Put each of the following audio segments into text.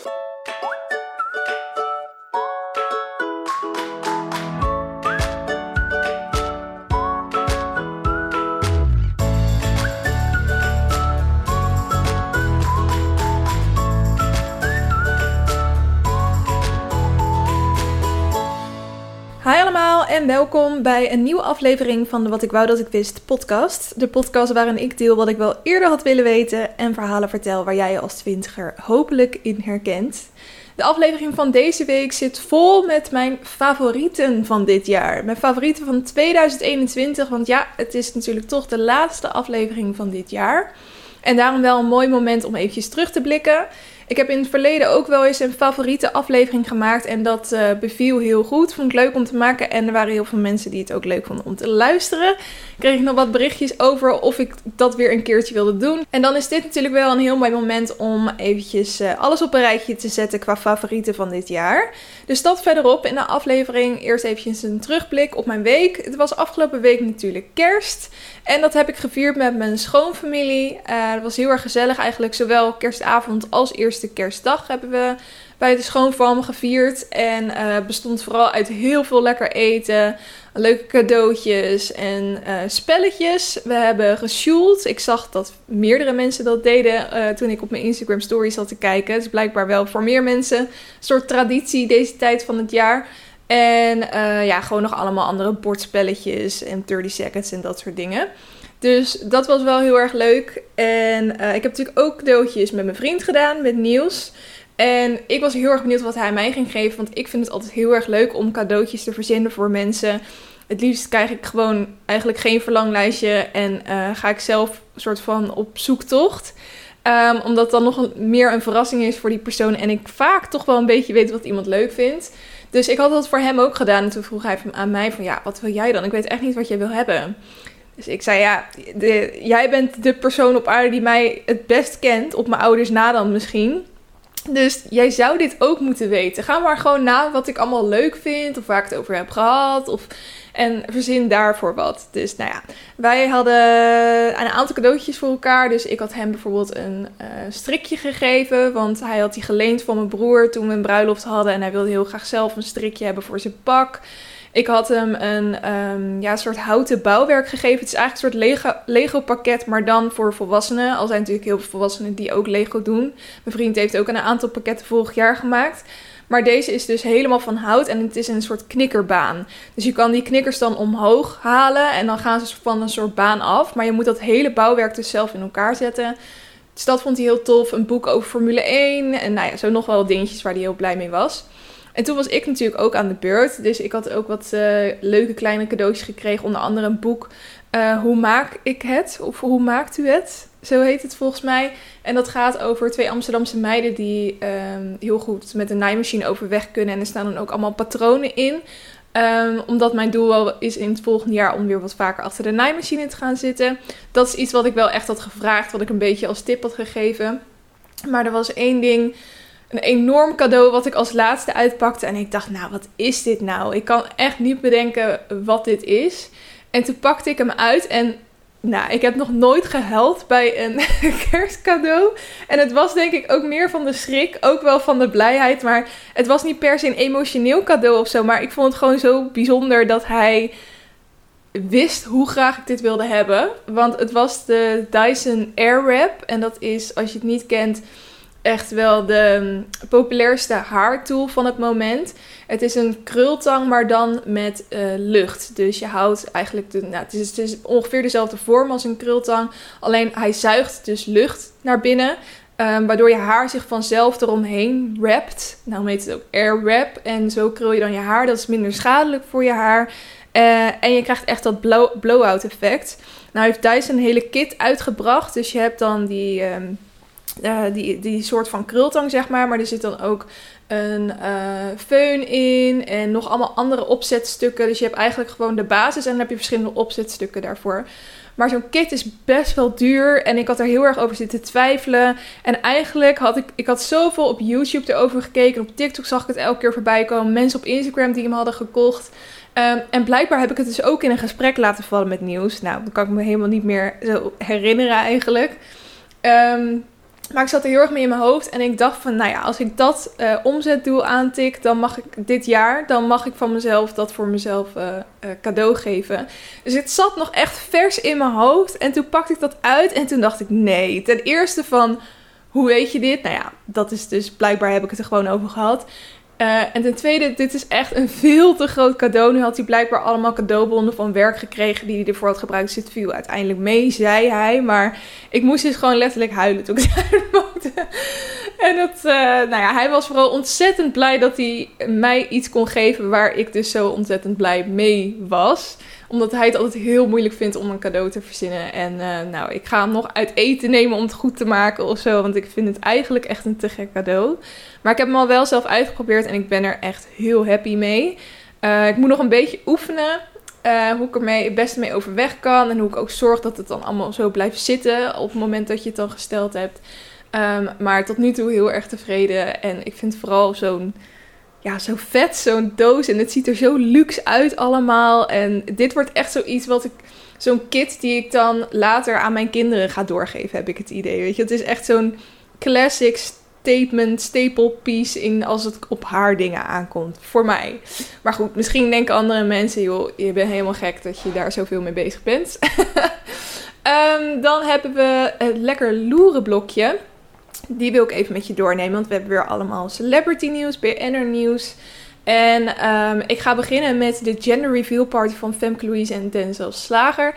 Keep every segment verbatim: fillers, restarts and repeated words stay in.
Hi allemaal en welkom bij een nieuwe aflevering van de Wat ik wou dat ik wist podcast. De podcast waarin ik deel wat ik wel eerder had willen weten en verhalen vertel waar jij je als twintiger hopelijk in herkent. De aflevering van deze week zit vol met mijn favorieten van dit jaar. Mijn favorieten van tweeduizend eenentwintig, want ja, het is natuurlijk toch de laatste aflevering van dit jaar. En daarom wel een mooi moment om eventjes terug te blikken. Ik heb in het verleden ook wel eens een favoriete aflevering gemaakt en dat uh, beviel heel goed. Vond ik leuk om te maken en er waren heel veel mensen die het ook leuk vonden om te luisteren. Kreeg ik nog wat berichtjes over of ik dat weer een keertje wilde doen. En dan is dit natuurlijk wel een heel mooi moment om eventjes uh, alles op een rijtje te zetten qua favorieten van dit jaar. Dus dat verderop in de aflevering. Eerst eventjes een terugblik op mijn week. Het was afgelopen week natuurlijk kerst. En dat heb ik gevierd met mijn schoonfamilie. Uh, dat was heel erg gezellig eigenlijk. Zowel kerstavond als eerste kerstdag hebben we bij de schoonfam gevierd. En uh, bestond vooral uit heel veel lekker eten, leuke cadeautjes en uh, spelletjes. We hebben gesjoeld. Ik zag dat meerdere mensen dat deden uh, toen ik op mijn Instagram stories zat te kijken. Het is blijkbaar wel voor meer mensen een soort traditie deze tijd van het jaar. En uh, ja, gewoon nog allemaal andere bordspelletjes en dertig seconds en dat soort dingen. Dus dat was wel heel erg leuk. En uh, ik heb natuurlijk ook cadeautjes met mijn vriend gedaan, met Niels. En ik was heel erg benieuwd wat hij mij ging geven. Want ik vind het altijd heel erg leuk om cadeautjes te verzinnen voor mensen. Het liefst krijg ik gewoon eigenlijk geen verlanglijstje. En uh, ga ik zelf een soort van op zoektocht. Um, omdat het dan nog een, meer een verrassing is voor die persoon. En ik vaak toch wel een beetje weet wat iemand leuk vindt. Dus ik had dat voor hem ook gedaan. En toen vroeg hij aan mij van ja, wat wil jij dan? Ik weet echt niet wat jij wil hebben. Dus ik zei ja, de, jij bent de persoon op aarde die mij het best kent. Op mijn ouders na dan misschien. Dus jij zou dit ook moeten weten. Ga maar gewoon na wat ik allemaal leuk vind. Of waar ik het over heb gehad. Of, en verzin daarvoor wat. Dus nou ja, wij hadden een aantal cadeautjes voor elkaar. Dus ik had hem bijvoorbeeld een uh, strikje gegeven. Want hij had die geleend van mijn broer toen we een bruiloft hadden. En hij wilde heel graag zelf een strikje hebben voor zijn pak. Ik had hem een um, ja, soort houten bouwwerk gegeven. Het is eigenlijk een soort Lego, Lego pakket, maar dan voor volwassenen. Al zijn natuurlijk heel veel volwassenen die ook Lego doen. Mijn vriend heeft ook een aantal pakketten vorig jaar gemaakt. Maar deze is dus helemaal van hout en het is een soort knikkerbaan. Dus je kan die knikkers dan omhoog halen en dan gaan ze van een soort baan af. Maar je moet dat hele bouwwerk dus zelf in elkaar zetten. Dus dat vond hij heel tof. Een boek over Formule één en nou ja, zo nog wel dingetjes waar hij heel blij mee was. En toen was ik natuurlijk ook aan de beurt. Dus ik had ook wat uh, leuke kleine cadeautjes gekregen. Onder andere een boek uh, Hoe maak ik het? Of Hoe maakt u het? Zo heet het volgens mij. En dat gaat over twee Amsterdamse meiden die um, heel goed met een naaimachine overweg kunnen. En er staan dan ook allemaal patronen in. Um, omdat mijn doel wel is in het volgende jaar om weer wat vaker achter de naaimachine te gaan zitten. Dat is iets wat ik wel echt had gevraagd. Wat ik een beetje als tip had gegeven. Maar er was één ding... Een enorm cadeau wat ik als laatste uitpakte. En ik dacht, nou, wat is dit nou? Ik kan echt niet bedenken wat dit is. En toen pakte ik hem uit. En nou, ik heb nog nooit gehuild bij een kerstcadeau. En het was denk ik ook meer van de schrik. Ook wel van de blijheid. Maar het was niet per se een emotioneel cadeau of zo. Maar ik vond het gewoon zo bijzonder dat hij wist hoe graag ik dit wilde hebben. Want het was de Dyson Airwrap. En dat is, als je het niet kent, echt wel de populairste haartool van het moment. Het is een krultang, maar dan met uh, lucht. Dus je houdt eigenlijk... De, nou, het, is, het is ongeveer dezelfde vorm als een krultang. Alleen hij zuigt dus lucht naar binnen. Um, waardoor je haar zich vanzelf eromheen wrapt. Nou heet het ook airwrap. En zo krul je dan je haar. Dat is minder schadelijk voor je haar. Uh, en je krijgt echt dat blow, blow-out effect. Nou heeft Dyson een hele kit uitgebracht. Dus je hebt dan die... Um, Uh, die, die soort van krultang, zeg maar. Maar er zit dan ook een uh, föhn in en nog allemaal andere opzetstukken. Dus je hebt eigenlijk gewoon de basis en dan heb je verschillende opzetstukken daarvoor. Maar zo'n kit is best wel duur en ik had er heel erg over zitten twijfelen. En eigenlijk had ik, ik had zoveel op YouTube erover gekeken. Op TikTok zag ik het elke keer voorbij komen. Mensen op Instagram die hem hadden gekocht. Um, en blijkbaar heb ik het dus ook in een gesprek laten vallen met Niels. Nou, dat kan ik me helemaal niet meer zo herinneren eigenlijk. Um, Maar ik zat er heel erg mee in mijn hoofd. En ik dacht van, nou ja, als ik dat uh, omzetdoel aantik, dan mag ik dit jaar, dan mag ik van mezelf dat voor mezelf uh, uh, cadeau geven. Dus het zat nog echt vers in mijn hoofd. En toen pakte ik dat uit en toen dacht ik, nee. Ten eerste van, hoe weet je dit? Nou ja, dat is dus, blijkbaar heb ik het er gewoon over gehad. Uh, en ten tweede, dit is echt een veel te groot cadeau. Nu had hij blijkbaar allemaal cadeaubonnen van werk gekregen die hij ervoor had gebruikt. Dus het viel uiteindelijk mee, zei hij. Maar ik moest dus gewoon letterlijk huilen toen ik het uitmaakte. En dat, uh, nou ja, hij was vooral ontzettend blij dat hij mij iets kon geven waar ik dus zo ontzettend blij mee was. Omdat hij het altijd heel moeilijk vindt om een cadeau te verzinnen. En uh, nou, ik ga hem nog uit eten nemen om het goed te maken of zo. Want ik vind het eigenlijk echt een te gek cadeau. Maar ik heb hem al wel zelf uitgeprobeerd en ik ben er echt heel happy mee. Uh, ik moet nog een beetje oefenen. Uh, hoe ik er mee, het beste mee overweg kan. En hoe ik ook zorg dat het dan allemaal zo blijft zitten op het moment dat je het dan gesteld hebt. Um, maar tot nu toe heel erg tevreden. En ik vind vooral zo'n... Ja, zo vet, zo'n doos. En het ziet er zo luxe uit allemaal. En dit wordt echt zoiets wat ik... Zo'n kit die ik dan later aan mijn kinderen ga doorgeven, heb ik het idee. Weet je, het is echt zo'n classic statement, staple piece in als het op haar dingen aankomt. Voor mij. Maar goed, misschien denken andere mensen, joh, je bent helemaal gek dat je daar zoveel mee bezig bent. um, dan hebben we het lekker loeren blokje. Die wil ik even met je doornemen, want we hebben weer allemaal celebrity nieuws, B N R nieuws. En um, ik ga beginnen met de gender reveal party van Femke Louise en Denzel Slager.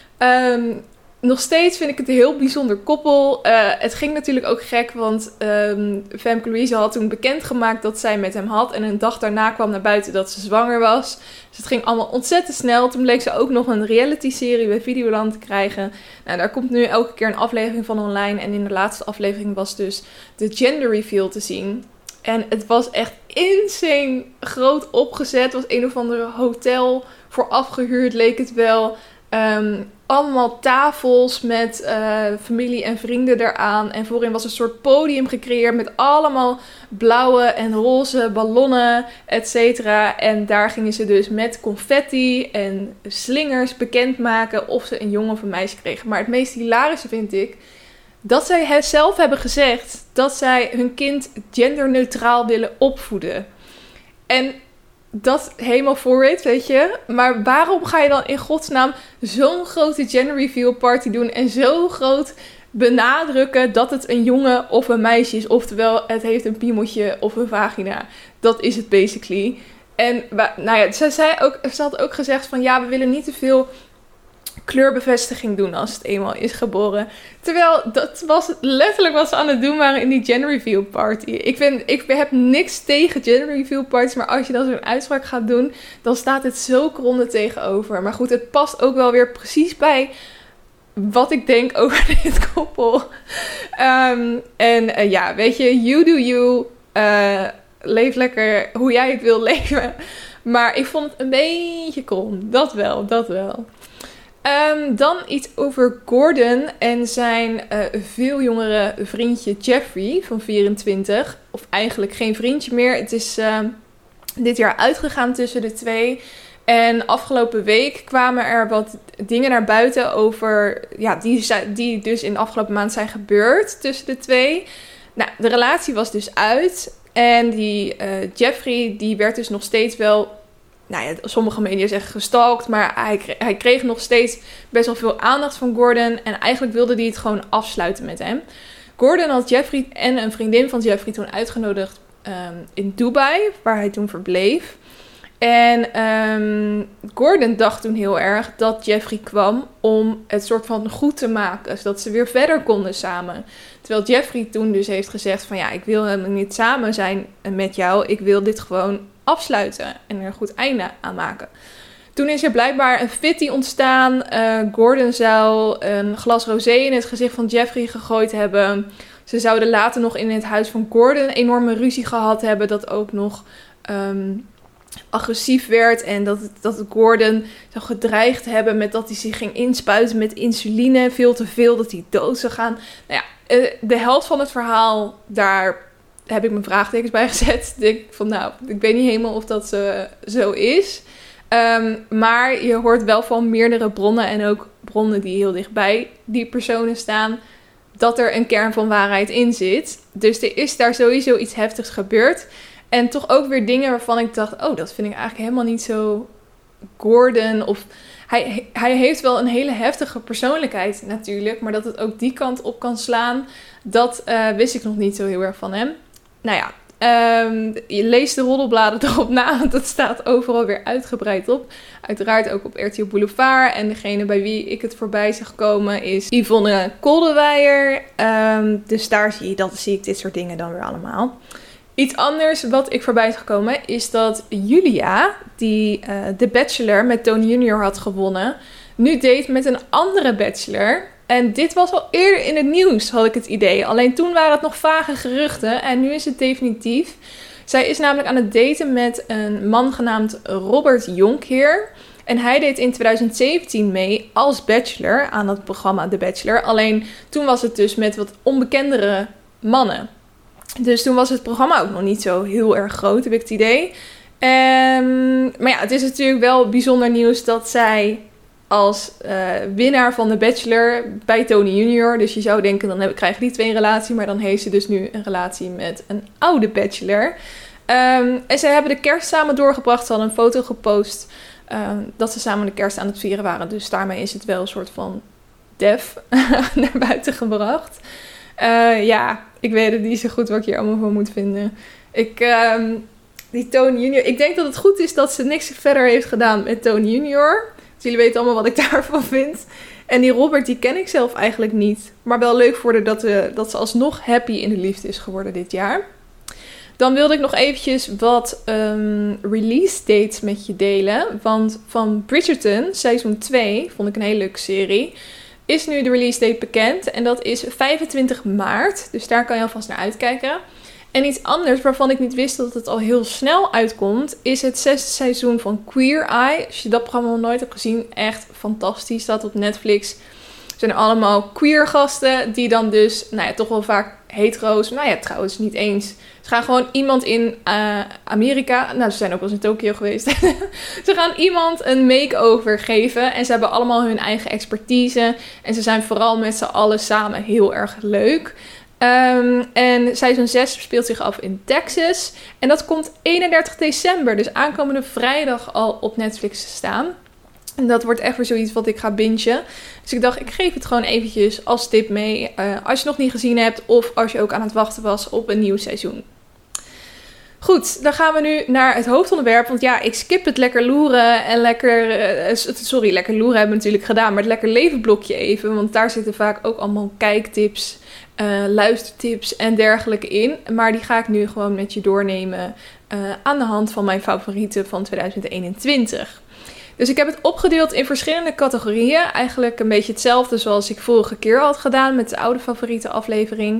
Um, nog steeds vind ik het een heel bijzonder koppel. Uh, het ging natuurlijk ook gek, want um, Femke Louise had toen bekendgemaakt dat zij met hem had. En een dag daarna kwam naar buiten dat ze zwanger was. Dus het ging allemaal ontzettend snel. Toen bleek ze ook nog een reality-serie bij Videoland te krijgen. Nou, daar komt nu elke keer een aflevering van online. En in de laatste aflevering was dus de gender reveal te zien. En het was echt insane groot opgezet. Het was een of andere hotel voor afgehuurd, leek het wel. Um, allemaal tafels met uh, familie en vrienden eraan. En voorin was een soort podium gecreëerd met allemaal blauwe en roze ballonnen, et cetera. En daar gingen ze dus met confetti en slingers bekendmaken of ze een jongen of een meisje kregen. Maar het meest hilarische vind ik dat zij zelf hebben gezegd dat zij hun kind genderneutraal willen opvoeden. En dat helemaal voor it, weet je. Maar waarom ga je dan in godsnaam zo'n grote gender reveal party doen en zo groot benadrukken dat het een jongen of een meisje is? Oftewel, het heeft een piemeltje of een vagina. Dat is het basically. En nou ja, ze, zei ook, ze had ook gezegd van ja, we willen niet te veel kleurbevestiging doen als het eenmaal is geboren. Terwijl dat was letterlijk wat ze aan het doen waren in die gender reveal party. Ik, vind, ik heb niks tegen gender reveal parties, maar als je dan zo'n uitspraak gaat doen, dan staat het zo kronde tegenover. Maar goed, het past ook wel weer precies bij wat ik denk over dit koppel. Um, en uh, ja, weet je, you do you. Uh, leef lekker hoe jij het wil leven. Maar ik vond het een beetje krom. Dat wel, dat wel. Um, dan iets over Gordon en zijn uh, veel jongere vriendje Jeffrey van vierentwintig. Of eigenlijk geen vriendje meer. Het is uh, dit jaar uitgegaan tussen de twee. En afgelopen week kwamen er wat dingen naar buiten over, ja, die, die dus in de afgelopen maand zijn gebeurd tussen de twee. Nou, de relatie was dus uit. En die uh, Jeffrey, die werd dus nog steeds wel, nou ja, sommige media zeggen gestalkt, maar hij kreeg, hij kreeg nog steeds best wel veel aandacht van Gordon. En eigenlijk wilde hij het gewoon afsluiten met hem. Gordon had Jeffrey en een vriendin van Jeffrey toen uitgenodigd um, in Dubai, waar hij toen verbleef. En um, Gordon dacht toen heel erg dat Jeffrey kwam om het soort van goed te maken, zodat ze weer verder konden samen. Terwijl Jeffrey toen dus heeft gezegd van ja, ik wil helemaal niet samen zijn met jou, ik wil dit gewoon afsluiten en er een goed einde aan maken. Toen is er blijkbaar een fitty ontstaan. Uh, Gordon zou een glas rosé in het gezicht van Jeffrey gegooid hebben. Ze zouden later nog in het huis van Gordon een enorme ruzie gehad hebben, dat ook nog Um, agressief werd en dat, dat Gordon zou gedreigd hebben met dat hij zich ging inspuiten met insuline, veel te veel, dat hij dood zou gaan. Nou ja, de helft van het verhaal, daar heb ik mijn vraagtekens bij gezet. Ik denk van nou, ik weet niet helemaal of dat uh, zo is. Um, maar je hoort wel van meerdere bronnen en ook bronnen die heel dichtbij die personen staan, dat er een kern van waarheid in zit. Dus er is daar sowieso iets heftigs gebeurd. En toch ook weer dingen waarvan ik dacht, oh, dat vind ik eigenlijk helemaal niet zo Gordon. Of hij, hij heeft wel een hele heftige persoonlijkheid natuurlijk. Maar dat het ook die kant op kan slaan, dat uh, wist ik nog niet zo heel erg van hem. Nou ja, um, je leest de roddelbladen erop na, want dat staat overal weer uitgebreid op. Uiteraard ook op R T L Boulevard. En degene bij wie ik het voorbij zag komen is Yvonne Koldewijer. Um, dus daar zie, je, dat, zie ik dit soort dingen dan weer allemaal. Iets anders wat ik voorbij zag komen is dat Julia, die uh, The Bachelor met Tony Junior had gewonnen, nu date met een andere bachelor. En dit was al eerder in het nieuws, had ik het idee. Alleen toen waren het nog vage geruchten en nu is het definitief. Zij is namelijk aan het daten met een man genaamd Robert Jonkheer. En hij deed in twintig zeventien mee als bachelor aan het programma The Bachelor. Alleen toen was het dus met wat onbekendere mannen. Dus toen was het programma ook nog niet zo heel erg groot, heb ik het idee. Um, maar ja, het is natuurlijk wel bijzonder nieuws dat zij als uh, winnaar van The Bachelor bij Tony Junior... Dus je zou denken, dan krijgen die twee een relatie. Maar dan heeft ze dus nu een relatie met een oude bachelor. Um, en ze hebben de kerst samen doorgebracht. Ze hadden een foto gepost um, dat ze samen de kerst aan het vieren waren. Dus daarmee is het wel een soort van def naar buiten gebracht. Uh, ja, ik weet het niet zo goed wat ik hier allemaal van moet vinden. Ik, um, die Tony Junior... Ik denk dat het goed is dat ze niks verder heeft gedaan met Tony Junior. Dus jullie weten allemaal wat ik daarvan vind. En die Robert, die ken ik zelf eigenlijk niet. Maar wel leuk voor haar dat, we, dat ze alsnog happy in de liefde is geworden dit jaar. Dan wilde ik nog eventjes wat um, release dates met je delen. Want van Bridgerton, seizoen twee, vond ik een hele leuke serie, is nu de release date bekend. En dat is vijfentwintig maart. Dus daar kan je alvast naar uitkijken. En iets anders waarvan ik niet wist dat het al heel snel uitkomt, is het zesde seizoen van Queer Eye. Als je dat programma nog nooit hebt gezien, echt fantastisch. Staat op Netflix. Er zijn allemaal queer gasten die dan dus, nou ja, toch wel vaak hetero's. Nou ja, trouwens niet eens. Ze gaan gewoon iemand in uh, Amerika, nou ze zijn ook wel eens in Tokio geweest. Ze gaan iemand een make-over geven en ze hebben allemaal hun eigen expertise. En ze zijn vooral met z'n allen samen heel erg leuk. Um, en seizoen zes speelt zich af in Texas. En dat komt eenendertig december, dus aankomende vrijdag al op Netflix te staan. En dat wordt echt weer zoiets wat ik ga bingen. Dus ik dacht, ik geef het gewoon eventjes als tip mee. Uh, als je het nog niet gezien hebt of als je ook aan het wachten was op een nieuw seizoen. Goed, dan gaan we nu naar het hoofdonderwerp. Want ja, ik skip het lekker loeren en lekker... Uh, sorry, lekker loeren hebben we natuurlijk gedaan. Maar het lekker leven blokje even. Want daar zitten vaak ook allemaal kijktips, uh, luistertips en dergelijke in. Maar die ga ik nu gewoon met je doornemen uh, aan de hand van mijn favorieten van twintig eenentwintig. Dus ik heb het opgedeeld in verschillende categorieën. Eigenlijk een beetje hetzelfde zoals ik vorige keer had gedaan met de oude favoriete aflevering.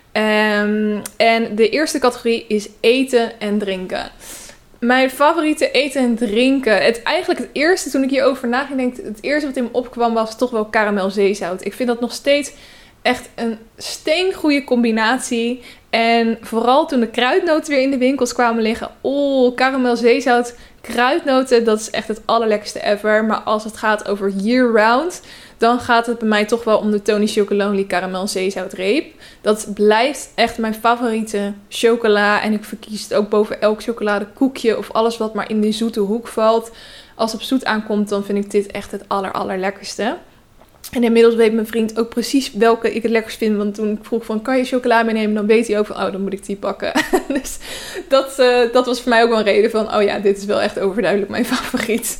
Um, en de eerste categorie is eten en drinken. Mijn favoriete eten en drinken. Het, eigenlijk het eerste, toen ik hierover na ging denken, het eerste wat in me opkwam was toch wel karamel-zeezout. Ik vind dat nog steeds echt een steengoede combinatie. En vooral toen de kruidnoten weer in de winkels kwamen liggen. Oh, karamel-zeezout, kruidnoten, dat is echt het allerlekkerste ever. Maar als het gaat over year-round, dan gaat het bij mij toch wel om de Tony Chocolonely karamel-zeezoutreep. Dat blijft echt mijn favoriete chocola. En ik verkies het ook boven elk chocoladekoekje of alles wat maar in die zoete hoek valt. Als het op zoet aankomt, dan vind ik dit echt het aller, allerlekkerste. En inmiddels weet mijn vriend ook precies welke ik het lekkerst vind. Want toen ik vroeg van, kan je chocola meenemen? Dan weet hij ook van, oh, dan moet ik die pakken. Dus dat, uh, dat was voor mij ook wel een reden van, oh ja, dit is wel echt overduidelijk mijn favoriet.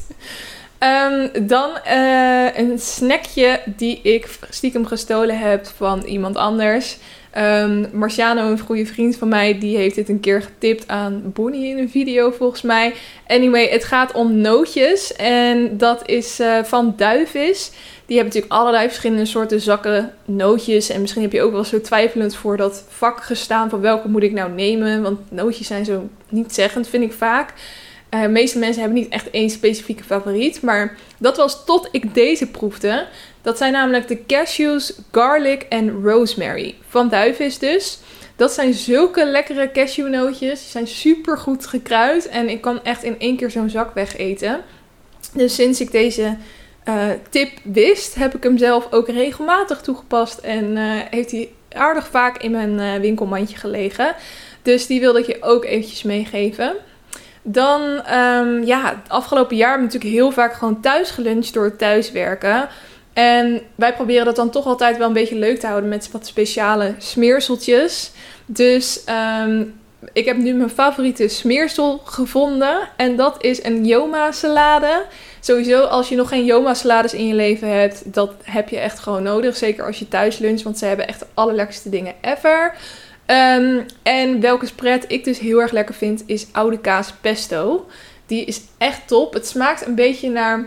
Um, dan uh, een snackje die ik stiekem gestolen heb van iemand anders. Um, Marciano, een goede vriend van mij, die heeft dit een keer getipt aan Bonnie in een video volgens mij. Anyway, het gaat om nootjes en dat is uh, van Duivis. Die hebben natuurlijk allerlei verschillende soorten zakken nootjes. En misschien heb je ook wel zo twijfelend voor dat vak gestaan van welke moet ik nou nemen. Want nootjes zijn zo nietzeggend, vind ik vaak. Uh, de meeste mensen hebben niet echt één specifieke favoriet. Maar dat was tot ik deze proefde. Dat zijn namelijk de cashews, garlic en rosemary. Van Duivis dus. Dat zijn zulke lekkere cashewnootjes. Die zijn super goed gekruid. En ik kan echt in één keer zo'n zak wegeten. Dus sinds ik deze uh, tip wist, heb ik hem zelf ook regelmatig toegepast. En uh, heeft hij aardig vaak in mijn uh, winkelmandje gelegen. Dus die wilde ik je ook eventjes meegeven. Dan, um, ja, het afgelopen jaar hebben we natuurlijk heel vaak gewoon thuis geluncht door het thuiswerken. En wij proberen dat dan toch altijd wel een beetje leuk te houden met wat speciale smeerseltjes. Dus um, ik heb nu mijn favoriete smeersel gevonden. En dat is een Yoma salade. Sowieso, als je nog geen Yoma salades in je leven hebt, dat heb je echt gewoon nodig. Zeker als je thuis luncht, want ze hebben echt de allerlekkerste dingen ever. Um, en welke spread ik dus heel erg lekker vind, is oude kaas pesto. Die is echt top. Het smaakt een beetje naar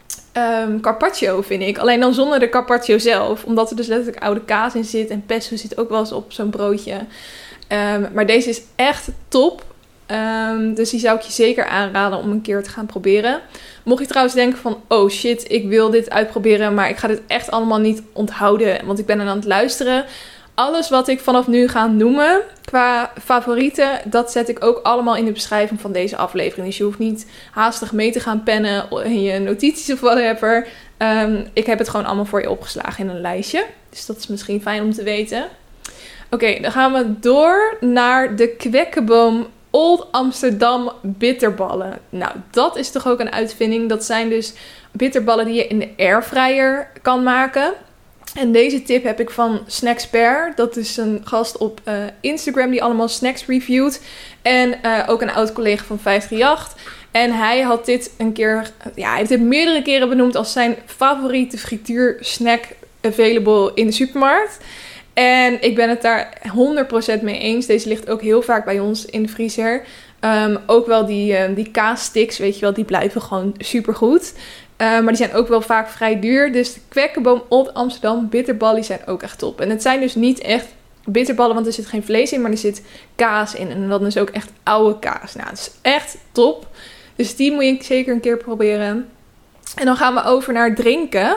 um, carpaccio, vind ik. Alleen dan zonder de carpaccio zelf. Omdat er dus letterlijk oude kaas in zit. En pesto zit ook wel eens op zo'n broodje. Um, maar deze is echt top. Um, dus die zou ik je zeker aanraden om een keer te gaan proberen. Mocht je trouwens denken van, oh shit, ik wil dit uitproberen, maar ik ga dit echt allemaal niet onthouden, want ik ben aan het luisteren. Alles wat ik vanaf nu ga noemen qua favorieten, dat zet ik ook allemaal in de beschrijving van deze aflevering. Dus je hoeft niet haastig mee te gaan pennen in je notities of whatever. Um, ik heb het gewoon allemaal voor je opgeslagen in een lijstje. Dus dat is misschien fijn om te weten. Oké, okay, dan gaan we door naar de Kwekkenboom Old Amsterdam bitterballen. Nou, dat is toch ook een uitvinding. Dat zijn dus bitterballen die je in de airfryer kan maken. En deze tip heb ik van Snackspert. Dat is een gast op uh, Instagram die allemaal snacks reviewt. En uh, ook een oud collega van vijf drie acht. En hij had dit een keer, ja, hij heeft dit meerdere keren benoemd als zijn favoriete frituursnack available in de supermarkt. En ik ben het daar honderd procent mee eens. Deze ligt ook heel vaak bij ons in de vriezer. Um, ook wel die, uh, die kaassticks, weet je wel, die blijven gewoon supergoed. Uh, maar die zijn ook wel vaak vrij duur. Dus de Kwekkenboom Old Amsterdam bitterballen zijn ook echt top. En het zijn dus niet echt bitterballen, want er zit geen vlees in, maar er zit kaas in. En dat is ook echt oude kaas. Nou, het is echt top. Dus die moet je zeker een keer proberen. En dan gaan we over naar drinken.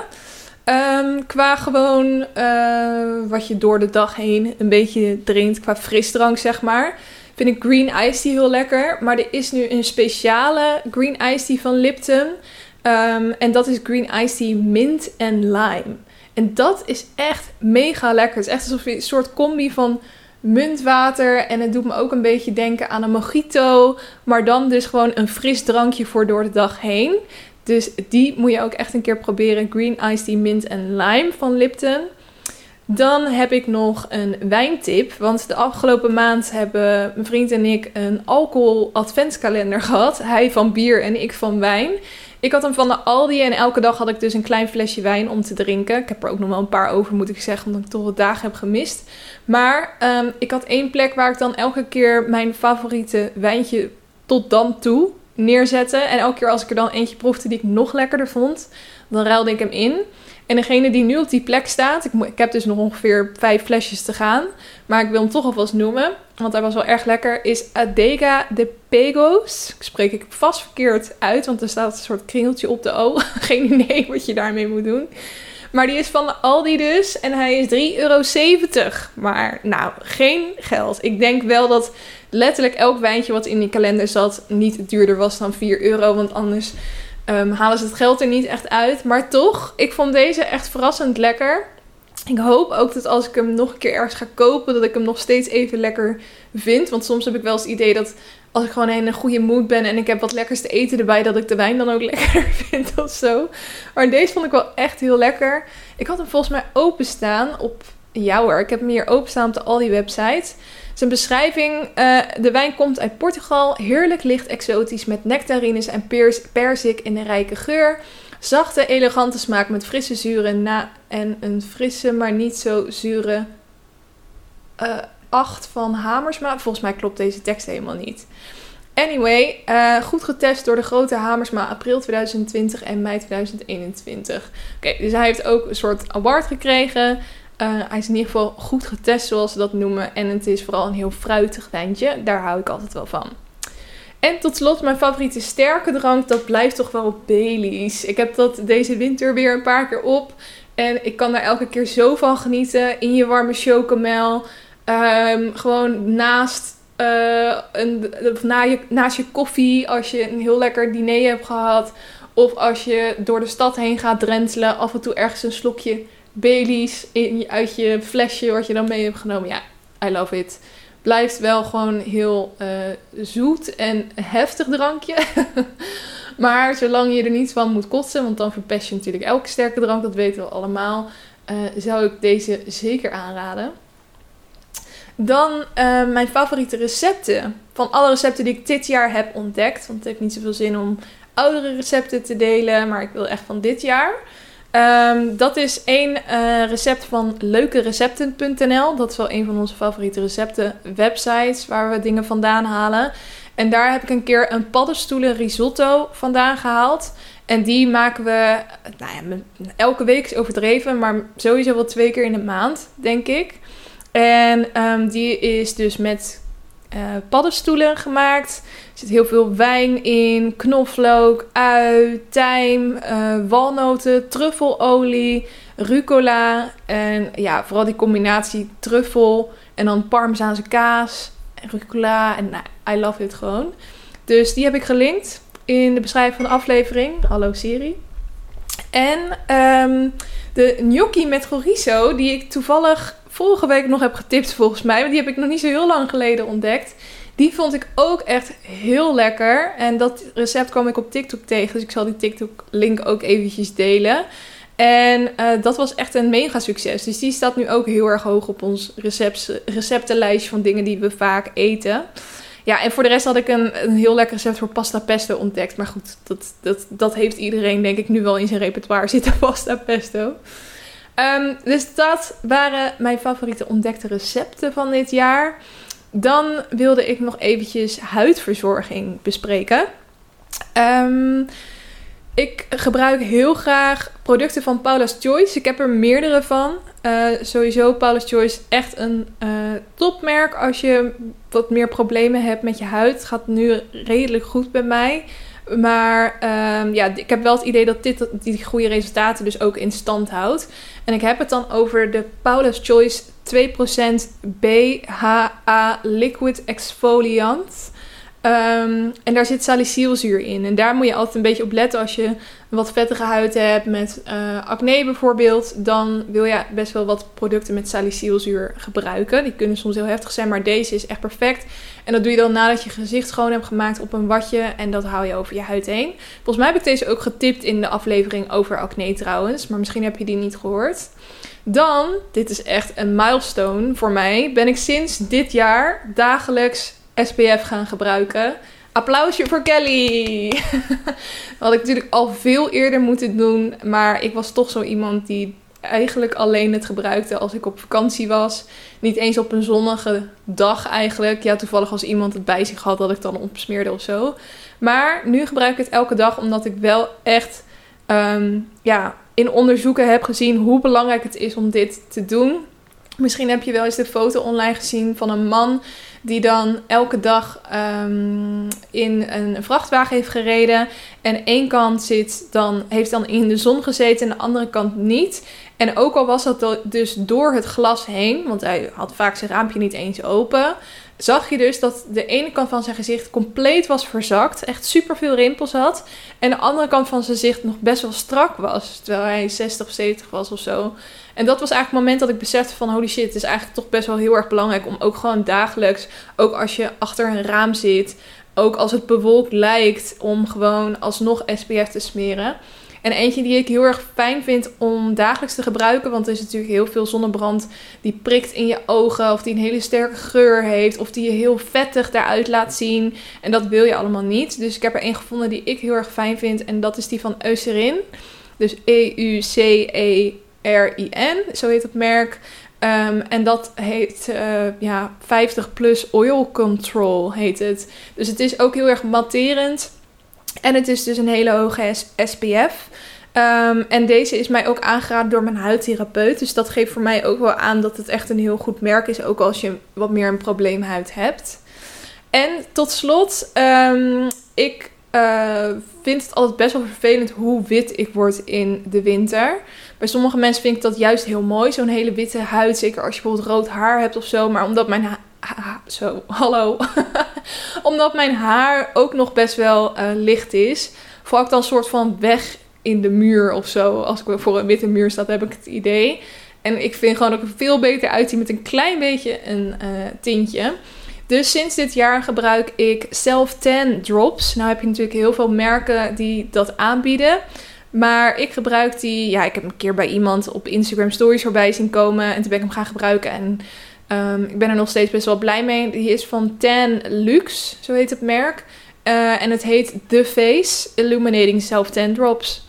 Um, qua gewoon uh, wat je door de dag heen een beetje drinkt, qua frisdrank zeg maar, vind ik green iced tea heel lekker. Maar er is nu een speciale green iced tea van Lipton. Um, en dat is green iced tea mint en lime. En dat is echt mega lekker. Het is echt alsof je een soort combi van muntwater. En het doet me ook een beetje denken aan een mojito. Maar dan dus gewoon een fris drankje voor door de dag heen. Dus die moet je ook echt een keer proberen. Green iced tea mint en lime van Lipton. Dan heb ik nog een wijntip. Want de afgelopen maand hebben mijn vriend en ik een alcohol adventskalender gehad. Hij van bier en ik van wijn. Ik had hem van de Aldi en elke dag had ik dus een klein flesje wijn om te drinken. Ik heb er ook nog wel een paar over, moet ik zeggen, omdat ik toch wat dagen heb gemist. Maar um, ik had één plek waar ik dan elke keer mijn favoriete wijntje tot dan toe neerzette. En elke keer als ik er dan eentje proefde die ik nog lekkerder vond, dan ruilde ik hem in. En degene die nu op die plek staat, ik, mo- ik heb dus nog ongeveer vijf flesjes te gaan, maar ik wil hem toch alvast noemen, want hij was wel erg lekker, is Adega de Pegos. Ik spreek ik vast verkeerd uit, want er staat een soort kringeltje op de O. Geen idee wat je daarmee moet doen. Maar die is van de Aldi dus en hij is drie euro zeventig. Maar nou, geen geld. Ik denk wel dat letterlijk elk wijntje wat in die kalender zat niet duurder was dan vier euro, want anders Um, halen ze het geld er niet echt uit. Maar toch, ik vond deze echt verrassend lekker. Ik hoop ook dat als ik hem nog een keer ergens ga kopen, dat ik hem nog steeds even lekker vind. Want soms heb ik wel eens het idee dat als ik gewoon in een goede mood ben en ik heb wat lekkers te eten erbij, dat ik de wijn dan ook lekkerder vind of zo. Maar deze vond ik wel echt heel lekker. Ik had hem volgens mij openstaan op... Ja hoor, ik heb hem hier openstaan op de Aldi website. Zijn beschrijving, uh, de wijn komt uit Portugal, heerlijk licht exotisch met nectarines en pers- perzik in een rijke geur. Zachte, elegante smaak met frisse zuren na en een frisse, maar niet zo zure uh, acht van Hamersma. Volgens mij klopt deze tekst helemaal niet. Anyway, uh, goed getest door de grote Hamersma april tweeduizend twintig en mei tweeduizend eenentwintig. Oké, okay, dus hij heeft ook een soort award gekregen. Uh, hij is in ieder geval goed getest, zoals ze dat noemen. En het is vooral een heel fruitig wijntje. Daar hou ik altijd wel van. En tot slot, mijn favoriete sterke drank, dat blijft toch wel Baileys. Ik heb dat deze winter weer een paar keer op. En ik kan daar elke keer zo van genieten. In je warme chocomel. Um, gewoon naast, uh, een, na je, naast je koffie, als je een heel lekker diner hebt gehad. Of als je door de stad heen gaat drentelen, af en toe ergens een slokje Baileys in, uit je flesje wat je dan mee hebt genomen. Ja, I love it. Blijft wel gewoon heel uh, zoet en heftig drankje. Maar zolang je er niet van moet kotsen, want dan verpest je natuurlijk elke sterke drank, dat weten we allemaal, uh, zou ik deze zeker aanraden. Dan uh, mijn favoriete recepten. Van alle recepten die ik dit jaar heb ontdekt. Want het heeft niet zoveel zin om oudere recepten te delen, maar ik wil echt van dit jaar. Um, dat is één uh, recept van leukerecepten punt n l. Dat is wel een van onze favoriete recepten websites waar we dingen vandaan halen. En daar heb ik een keer een paddenstoelen risotto vandaan gehaald. En die maken we, nou ja, elke week is overdreven, maar sowieso wel twee keer in de maand, denk ik. En um, die is dus met uh, paddenstoelen gemaakt. Er zit heel veel wijn in, knoflook, ui, tijm, uh, walnoten, truffelolie, rucola. En ja, vooral die combinatie truffel en dan parmezaanse kaas en rucola. En nou, I love it gewoon. Dus die heb ik gelinkt in de beschrijving van de aflevering. Hallo Siri. En um, de gnocchi met chorizo, die ik toevallig vorige week nog heb getipt volgens mij. Maar die heb ik nog niet zo heel lang geleden ontdekt. Die vond ik ook echt heel lekker. En dat recept kwam ik op TikTok tegen. Dus ik zal die TikTok link ook eventjes delen. En uh, dat was echt een mega succes. Dus die staat nu ook heel erg hoog op ons recept, receptenlijstje van dingen die we vaak eten. Ja, en voor de rest had ik een, een heel lekker recept voor pasta pesto ontdekt. Maar goed, dat, dat, dat heeft iedereen denk ik nu wel in zijn repertoire zitten, pasta pesto. Um, dus dat waren mijn favoriete ontdekte recepten van dit jaar. Dan wilde ik nog eventjes huidverzorging bespreken. Um, ik gebruik heel graag producten van Paula's Choice. Ik heb er meerdere van. Uh, sowieso Paula's Choice echt een uh, topmerk als je wat meer problemen hebt met je huid. Het gaat nu redelijk goed bij mij. Maar um, ja, ik heb wel het idee dat dit die goede resultaten dus ook in stand houdt. En ik heb het dan over de Paula's Choice twee procent B H A Liquid Exfoliant. Um, en daar zit salicylzuur in. En daar moet je altijd een beetje op letten als je een wat vettige huid hebt met uh, acne bijvoorbeeld. Dan wil je best wel wat producten met salicylzuur gebruiken. Die kunnen soms heel heftig zijn, maar deze is echt perfect. En dat doe je dan nadat je gezicht schoon hebt gemaakt op een watje. En dat hou je over je huid heen. Volgens mij heb ik deze ook getipt in de aflevering over acne trouwens. Maar misschien heb je die niet gehoord. Dan, dit is echt een milestone voor mij, ben ik sinds dit jaar dagelijks S P F gaan gebruiken. Applausje voor Kelly! Dat had ik natuurlijk al veel eerder moeten doen. Maar ik was toch zo iemand die eigenlijk alleen het gebruikte als ik op vakantie was. Niet eens op een zonnige dag eigenlijk. Ja, toevallig als iemand het bij zich had dat ik dan opsmeerde of zo. Maar nu gebruik ik het elke dag omdat ik wel echt um, ja, in onderzoeken heb gezien hoe belangrijk het is om dit te doen. Misschien heb je wel eens de foto online gezien van een man die dan elke dag um, in een vrachtwagen heeft gereden. En één kant zit dan, heeft dan in de zon gezeten en de andere kant niet. En ook al was dat dus door het glas heen, want hij had vaak zijn raampje niet eens open, zag je dus dat de ene kant van zijn gezicht compleet was verzakt. Echt super veel rimpels had. En de andere kant van zijn gezicht nog best wel strak was. Terwijl hij zestig of zeventig was of zo. En dat was eigenlijk het moment dat ik besefte van holy shit, het is eigenlijk toch best wel heel erg belangrijk om ook gewoon dagelijks, ook als je achter een raam zit, ook als het bewolkt lijkt, om gewoon alsnog S P F te smeren. En eentje die ik heel erg fijn vind om dagelijks te gebruiken, want er is natuurlijk heel veel zonnebrand die prikt in je ogen, of die een hele sterke geur heeft, of die je heel vettig daaruit laat zien. En dat wil je allemaal niet. Dus ik heb er één gevonden die ik heel erg fijn vind en dat is die van Eucerin. Dus E U C E R I N, zo heet het merk. Um, en dat heet uh, ja, vijftig plus Oil Control heet het. Dus het is ook heel erg matterend. En het is dus een hele hoge S P F. Um, en deze is mij ook aangeraden door mijn huidtherapeut. Dus dat geeft voor mij ook wel aan dat het echt een heel goed merk is. Ook als je wat meer een probleemhuid hebt. En tot slot, um, ik uh, vind het altijd best wel vervelend hoe wit ik word in de winter. Bij sommige mensen vind ik dat juist heel mooi. Zo'n hele witte huid. Zeker als je bijvoorbeeld rood haar hebt of zo. Maar omdat mijn haar... Ha, zo, hallo. Omdat mijn haar ook nog best wel uh, licht is. val ik dan een soort van weg in de muur of zo. Als ik voor een witte muur sta, heb ik het idee. En ik vind gewoon dat ik er veel beter uitzie met een klein beetje een uh, tintje. Dus sinds dit jaar gebruik ik Self-Tan Drops. Nou heb je natuurlijk heel veel merken die dat aanbieden. Maar ik gebruik die... Ja, ik heb een keer bij iemand op Instagram stories voorbij zien komen. En toen ben ik hem gaan gebruiken. En um, ik ben er nog steeds best wel blij mee. Die is van Tan Luxe, zo heet het merk. Uh, en het heet The Face Illuminating Self-Tan Drops.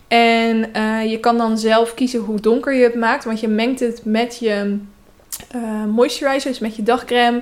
En uh, je kan dan zelf kiezen hoe donker je het maakt. Want je mengt het met je uh, moisturizer, dus met je dagcreme.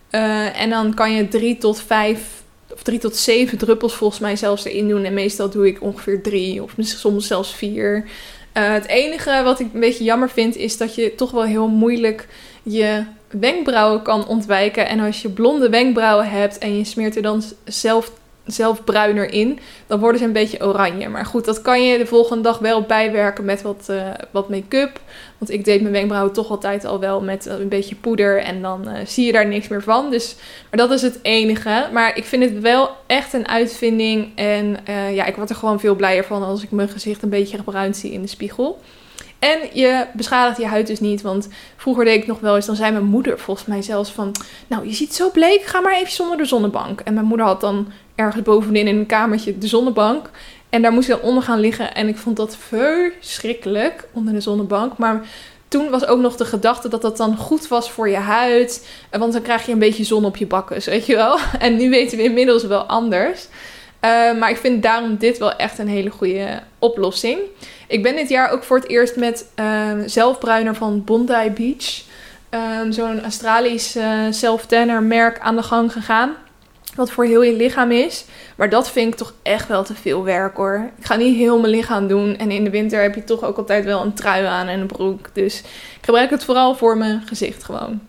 Uh, en dan kan je drie tot vijf of drie tot zeven druppels volgens mij zelfs erin doen. En meestal doe ik ongeveer drie of soms zelfs vier. Uh, het enige wat ik een beetje jammer vind is dat je toch wel heel moeilijk je wenkbrauwen kan ontwijken. En als je blonde wenkbrauwen hebt en je smeert er dan zelf, zelf bruiner in, dan worden ze een beetje oranje. Maar goed, dat kan je de volgende dag wel bijwerken met wat, uh, wat make-up. Want ik deed mijn wenkbrauwen toch altijd al wel met een beetje poeder. En dan uh, zie je daar niks meer van. Dus, maar dat is het enige. Maar ik vind het wel echt een uitvinding. En uh, ja, ik word er gewoon veel blijer van als ik mijn gezicht een beetje gebruind zie in de spiegel. En je beschadigt je huid dus niet. Want vroeger deed ik nog wel eens, dan zei mijn moeder volgens mij zelfs van... Nou, je ziet zo bleek, ga maar even onder de zonnebank. En mijn moeder had dan ergens bovenin in een kamertje de zonnebank. En daar moest ik dan onder gaan liggen. En ik vond dat verschrikkelijk, onder de zonnebank. Maar toen was ook nog de gedachte dat dat dan goed was voor je huid. Want dan krijg je een beetje zon op je bakkes, weet je wel. En nu weten we inmiddels wel anders. Uh, maar ik vind daarom dit wel echt een hele goede oplossing. Ik ben dit jaar ook voor het eerst met uh, zelfbruiner van Bondi Beach. Um, zo'n Australisch uh, self-tanner merk aan de gang gegaan. Wat voor heel je lichaam is. Maar dat vind ik toch echt wel te veel werk hoor. Ik ga niet heel mijn lichaam doen. En in de winter heb je toch ook altijd wel een trui aan en een broek. Dus ik gebruik het vooral voor mijn gezicht gewoon.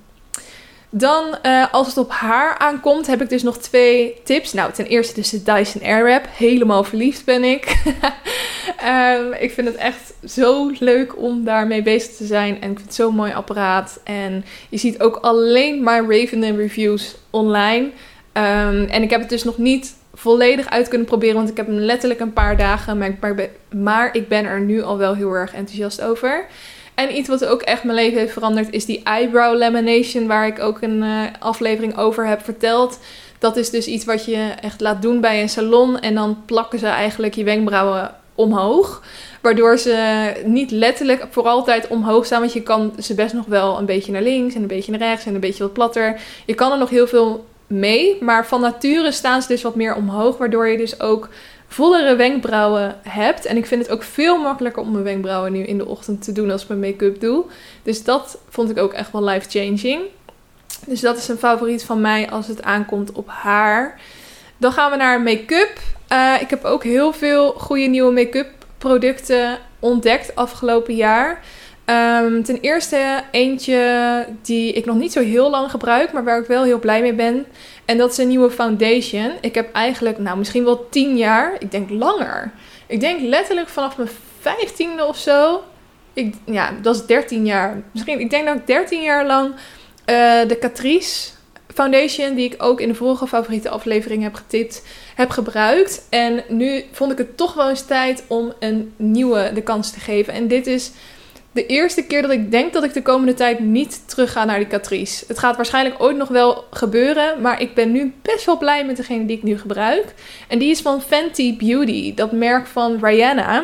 Dan uh, als het op haar aankomt heb ik dus nog twee tips. Nou, ten eerste dus de Dyson Airwrap. Helemaal verliefd ben ik. um, ik vind het echt zo leuk om daarmee bezig te zijn. En ik vind het zo'n mooi apparaat. En je ziet ook alleen maar ravende reviews online. Um, en ik heb het dus nog niet volledig uit kunnen proberen. Want ik heb hem letterlijk een paar dagen. Maar ik, maar, maar ik ben er nu al wel heel erg enthousiast over. En iets wat ook echt mijn leven heeft veranderd is die eyebrow lamination. Waar ik ook een uh, aflevering over heb verteld. Dat is dus iets wat je echt laat doen bij een salon. En dan plakken ze eigenlijk je wenkbrauwen omhoog. Waardoor ze niet letterlijk voor altijd omhoog staan. Want je kan ze best nog wel een beetje naar links en een beetje naar rechts en een beetje wat platter. Je kan er nog heel veel mee. Maar van nature staan ze dus wat meer omhoog. Waardoor je dus ook vollere wenkbrauwen hebt. En ik vind het ook veel makkelijker om mijn wenkbrauwen nu in de ochtend te doen als ik mijn make-up doe. Dus dat vond ik ook echt wel life-changing. Dus dat is een favoriet van mij als het aankomt op haar. Dan gaan we naar make-up. Uh, ik heb ook heel veel goede nieuwe make-up producten ontdekt afgelopen jaar. Um, ten eerste eentje die ik nog niet zo heel lang gebruik, maar waar ik wel heel blij mee ben. En dat is een nieuwe foundation. Ik heb eigenlijk, nou misschien wel tien jaar, ik denk langer. Ik denk letterlijk vanaf mijn vijftiende of zo. Ik, ja, dat is dertien jaar. Misschien, ik denk dat ik dertien jaar lang uh, de Catrice foundation, die ik ook in de vorige favoriete aflevering heb getipt, heb gebruikt. En nu vond ik het toch wel eens tijd om een nieuwe de kans te geven. En dit is de eerste keer dat ik denk dat ik de komende tijd niet terug ga naar die Catrice. Het gaat waarschijnlijk ooit nog wel gebeuren, maar ik ben nu best wel blij met degene die ik nu gebruik. En die is van Fenty Beauty, dat merk van Rihanna.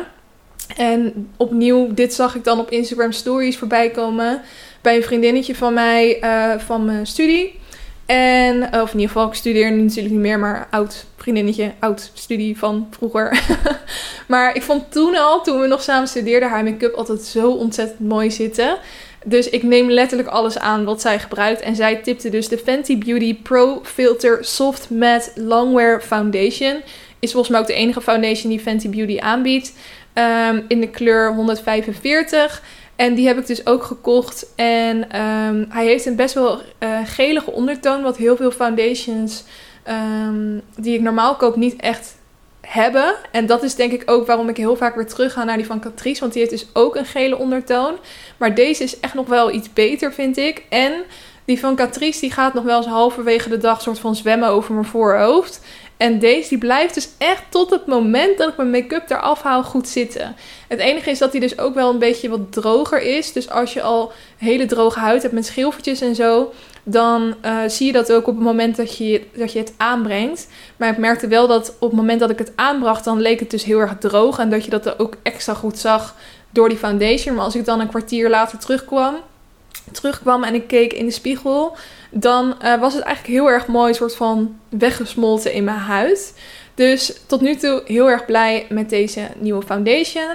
En opnieuw, dit zag ik dan op Instagram stories voorbij komen bij een vriendinnetje van mij uh, van mijn studie. En, of in ieder geval, ik studeer nu natuurlijk niet meer, maar oud vriendinnetje, oud studie van vroeger. Maar ik vond toen al, toen we nog samen studeerden, haar make-up altijd zo ontzettend mooi zitten. Dus ik neem letterlijk alles aan wat zij gebruikt. En zij tipte dus de Fenty Beauty Pro Filter Soft Matte Longwear Foundation. Is volgens mij ook de enige foundation die Fenty Beauty aanbiedt. Um, in de kleur honderdvijfenveertig. En die heb ik dus ook gekocht. En um, hij heeft een best wel uh, gelige ondertoon. Wat heel veel foundations um, die ik normaal koop niet echt hebben. En dat is denk ik ook waarom ik heel vaak weer terug ga naar die van Catrice. Want die heeft dus ook een gele ondertoon. Maar deze is echt nog wel iets beter, vind ik. En Die van Catrice die gaat nog wel eens halverwege de dag soort van zwemmen over mijn voorhoofd. En deze die blijft dus echt tot het moment dat ik mijn make-up eraf haal goed zitten. Het enige is dat hij dus ook wel een beetje wat droger is. Dus als je al hele droge huid hebt met schilfertjes en zo, dan uh, zie je dat ook op het moment dat je, dat je het aanbrengt. Maar ik merkte wel dat op het moment dat ik het aanbracht, dan leek het dus heel erg droog. En dat je dat ook extra goed zag door die foundation. Maar als ik dan een kwartier later terugkwam, terugkwam en ik keek in de spiegel, dan uh, was het eigenlijk heel erg mooi soort van weggesmolten in mijn huid. Dus tot nu toe heel erg blij met deze nieuwe foundation.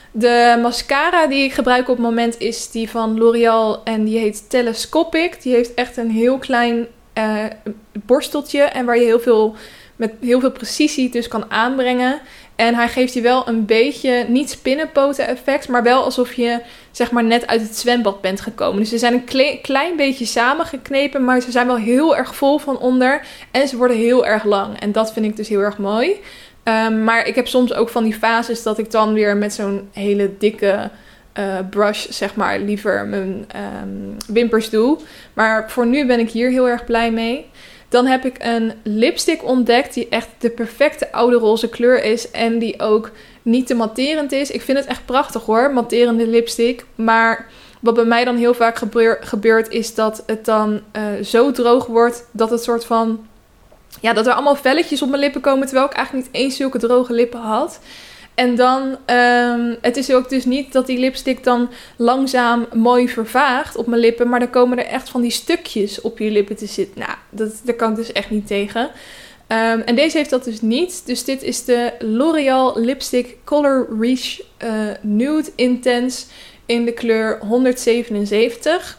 De mascara die ik gebruik op het moment is die van L'Oreal en die heet Telescopic. Die heeft echt een heel klein uh, borsteltje en waar je heel veel, met heel veel precisie dus kan aanbrengen. En hij geeft je wel een beetje, niet spinnenpoten effect, maar wel alsof je zeg maar net uit het zwembad bent gekomen. Dus ze zijn een kle- klein beetje samengeknepen, maar ze zijn wel heel erg vol van onder. En ze worden heel erg lang. En dat vind ik dus heel erg mooi. Um, maar ik heb soms ook van die fases dat ik dan weer met zo'n hele dikke uh, brush, zeg maar, liever mijn um, wimpers doe. Maar voor nu ben ik hier heel erg blij mee. Dan heb ik een lipstick ontdekt die echt de perfecte oude roze kleur is. En die ook niet te matterend is. Ik vind het echt prachtig hoor, matterende lipstick. Maar wat bij mij dan heel vaak gebeur, gebeurt is dat het dan uh, zo droog wordt dat het soort van, ja, dat er allemaal velletjes op mijn lippen komen. Terwijl ik eigenlijk niet eens zulke droge lippen had. En dan, um, het is ook dus niet dat die lipstick dan langzaam mooi vervaagt op mijn lippen. Maar dan komen er echt van die stukjes op je lippen te zitten. Nou, dat, daar kan ik dus echt niet tegen. Um, en deze heeft dat dus niet. Dus dit is de L'Oreal Lipstick Color Reach uh, Nude Intense in de kleur honderdzevenenzeventig.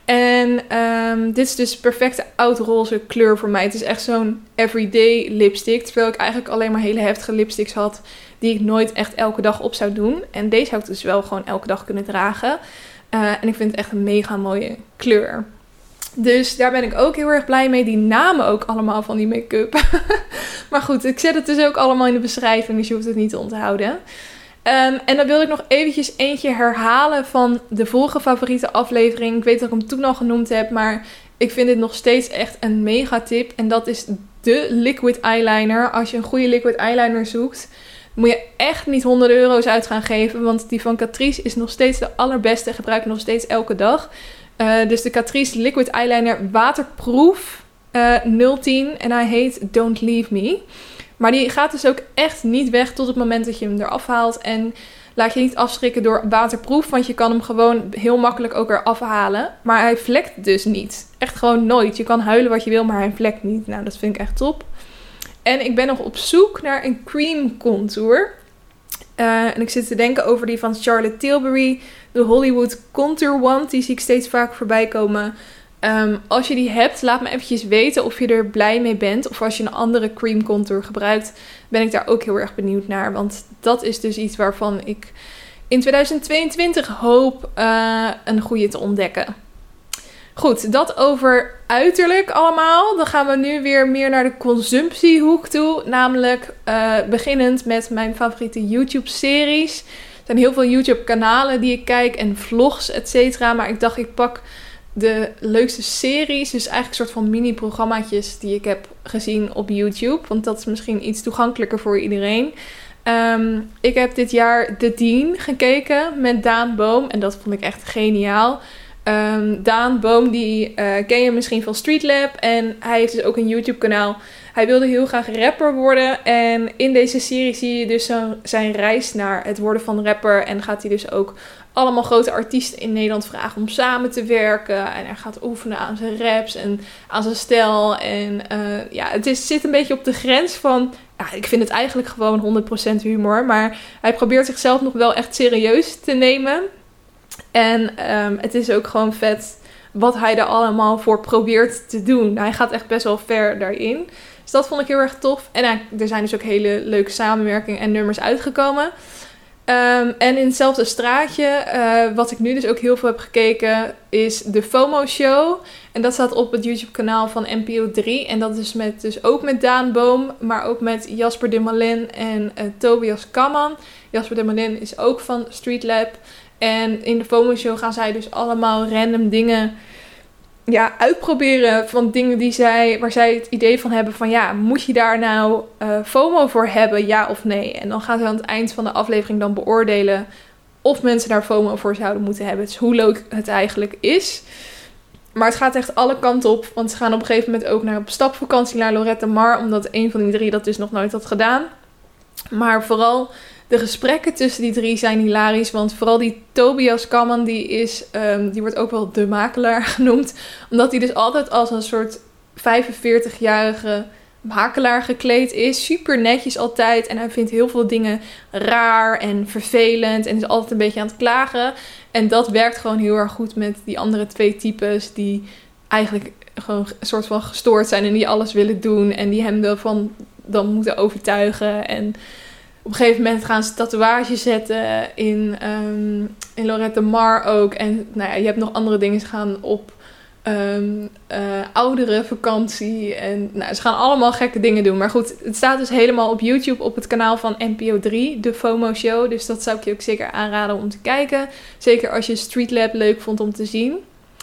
En um, dit is dus perfecte oudroze kleur voor mij. Het is echt zo'n everyday lipstick. Terwijl ik eigenlijk alleen maar hele heftige lipsticks had die ik nooit echt elke dag op zou doen. En deze zou ik dus wel gewoon elke dag kunnen dragen. Uh, en ik vind het echt een mega mooie kleur. Dus daar ben ik ook heel erg blij mee. Die namen ook allemaal van die make-up. Maar goed, ik zet het dus ook allemaal in de beschrijving. Dus je hoeft het niet te onthouden. Um, en dan wilde ik nog eventjes eentje herhalen van de vorige favoriete aflevering. Ik weet dat ik hem toen al genoemd heb, maar ik vind dit nog steeds echt een mega tip. En dat is de liquid eyeliner. Als je een goede liquid eyeliner zoekt, moet je echt niet honderden euro's uit gaan geven. Want die van Catrice is nog steeds de allerbeste. Ik gebruik hem nog steeds elke dag. Uh, dus de Catrice liquid eyeliner waterproof uh, nul tien. En hij heet Don't Leave Me. Maar die gaat dus ook echt niet weg tot het moment dat je hem eraf haalt. En laat je niet afschrikken door waterproof. Want je kan hem gewoon heel makkelijk ook eraf halen. Maar hij vlekt dus niet. Echt gewoon nooit. Je kan huilen wat je wil, maar hij vlekt niet. Nou, dat vind ik echt top. En ik ben nog op zoek naar een cream contour. Uh, en ik zit te denken over die van Charlotte Tilbury. De Hollywood Contour Wand. Die zie ik steeds vaak voorbij komen. Um, als je die hebt, laat me eventjes weten of je er blij mee bent. Of als je een andere cream contour gebruikt, ben ik daar ook heel erg benieuwd naar. Want dat is dus iets waarvan ik in tweeduizend tweeëntwintig hoop uh, een goede te ontdekken. Goed, dat over uiterlijk allemaal. Dan gaan we nu weer meer naar de consumptiehoek toe. Namelijk uh, beginnend met mijn favoriete YouTube-series. Er zijn heel veel YouTube-kanalen die ik kijk en vlogs, et cetera. Maar ik dacht, ik pak de leukste series. Dus eigenlijk een soort van mini-programmaatjes die ik heb gezien op YouTube. Want dat is misschien iets toegankelijker voor iedereen. Um, ik heb dit jaar The Dean gekeken met Daan Boom. En dat vond ik echt geniaal. Um, Daan Boom, die uh, ken je misschien van Streetlab. En hij heeft dus ook een YouTube kanaal. Hij wilde heel graag rapper worden. En in deze serie zie je dus zo zijn reis naar het worden van rapper. En gaat hij dus ook allemaal grote artiesten in Nederland vragen om samen te werken. En hij gaat oefenen aan zijn raps en aan zijn stijl. En uh, ja, het is, zit een beetje op de grens van, ja, ik vind het eigenlijk gewoon honderd procent humor. Maar hij probeert zichzelf nog wel echt serieus te nemen. En um, het is ook gewoon vet wat hij er allemaal voor probeert te doen. Hij gaat echt best wel ver daarin. Dus dat vond ik heel erg tof. En uh, er zijn dus ook hele leuke samenwerkingen en nummers uitgekomen. Um, en in hetzelfde straatje, uh, wat ik nu dus ook heel veel heb gekeken, is de FOMO Show. En dat staat op het YouTube kanaal van N P O drie. En dat is met, dus ook met Daan Boom, maar ook met Jasper de Malin en uh, Tobias Kamman. Jasper de Malin is ook van Streetlab. En in de FOMO Show gaan zij dus allemaal random dingen ja, uitproberen van dingen die zij, waar zij het idee van hebben van ja, moet je daar nou uh, FOMO voor hebben, ja of nee? En dan gaan ze aan het eind van de aflevering dan beoordelen of mensen daar FOMO voor zouden moeten hebben. Dus hoe leuk het eigenlijk is. Maar het gaat echt alle kanten op, want ze gaan op een gegeven moment ook naar op stapvakantie naar Lorette Mar, omdat een van die drie dat dus nog nooit had gedaan. Maar vooral de gesprekken tussen die drie zijn hilarisch. Want vooral die Tobias Kamman, die, is, um, die wordt ook wel de makelaar genoemd. Omdat hij dus altijd als een soort vijfenveertigjarige makelaar gekleed is. Super netjes altijd. En hij vindt heel veel dingen raar en vervelend. En is altijd een beetje aan het klagen. En dat werkt gewoon heel erg goed met die andere twee types. Die eigenlijk gewoon een soort van gestoord zijn. En die alles willen doen. En die hem ervan dan moeten overtuigen. En op een gegeven moment gaan ze tatoeages zetten in, um, in Lorette Mar ook. En nou ja, je hebt nog andere dingen. Ze gaan op um, uh, oudere vakantie. En nou, ze gaan allemaal gekke dingen doen. Maar goed, het staat dus helemaal op YouTube op het kanaal van N P O drie, de FOMO Show. Dus dat zou ik je ook zeker aanraden om te kijken. Zeker als je Street Lab leuk vond om te zien.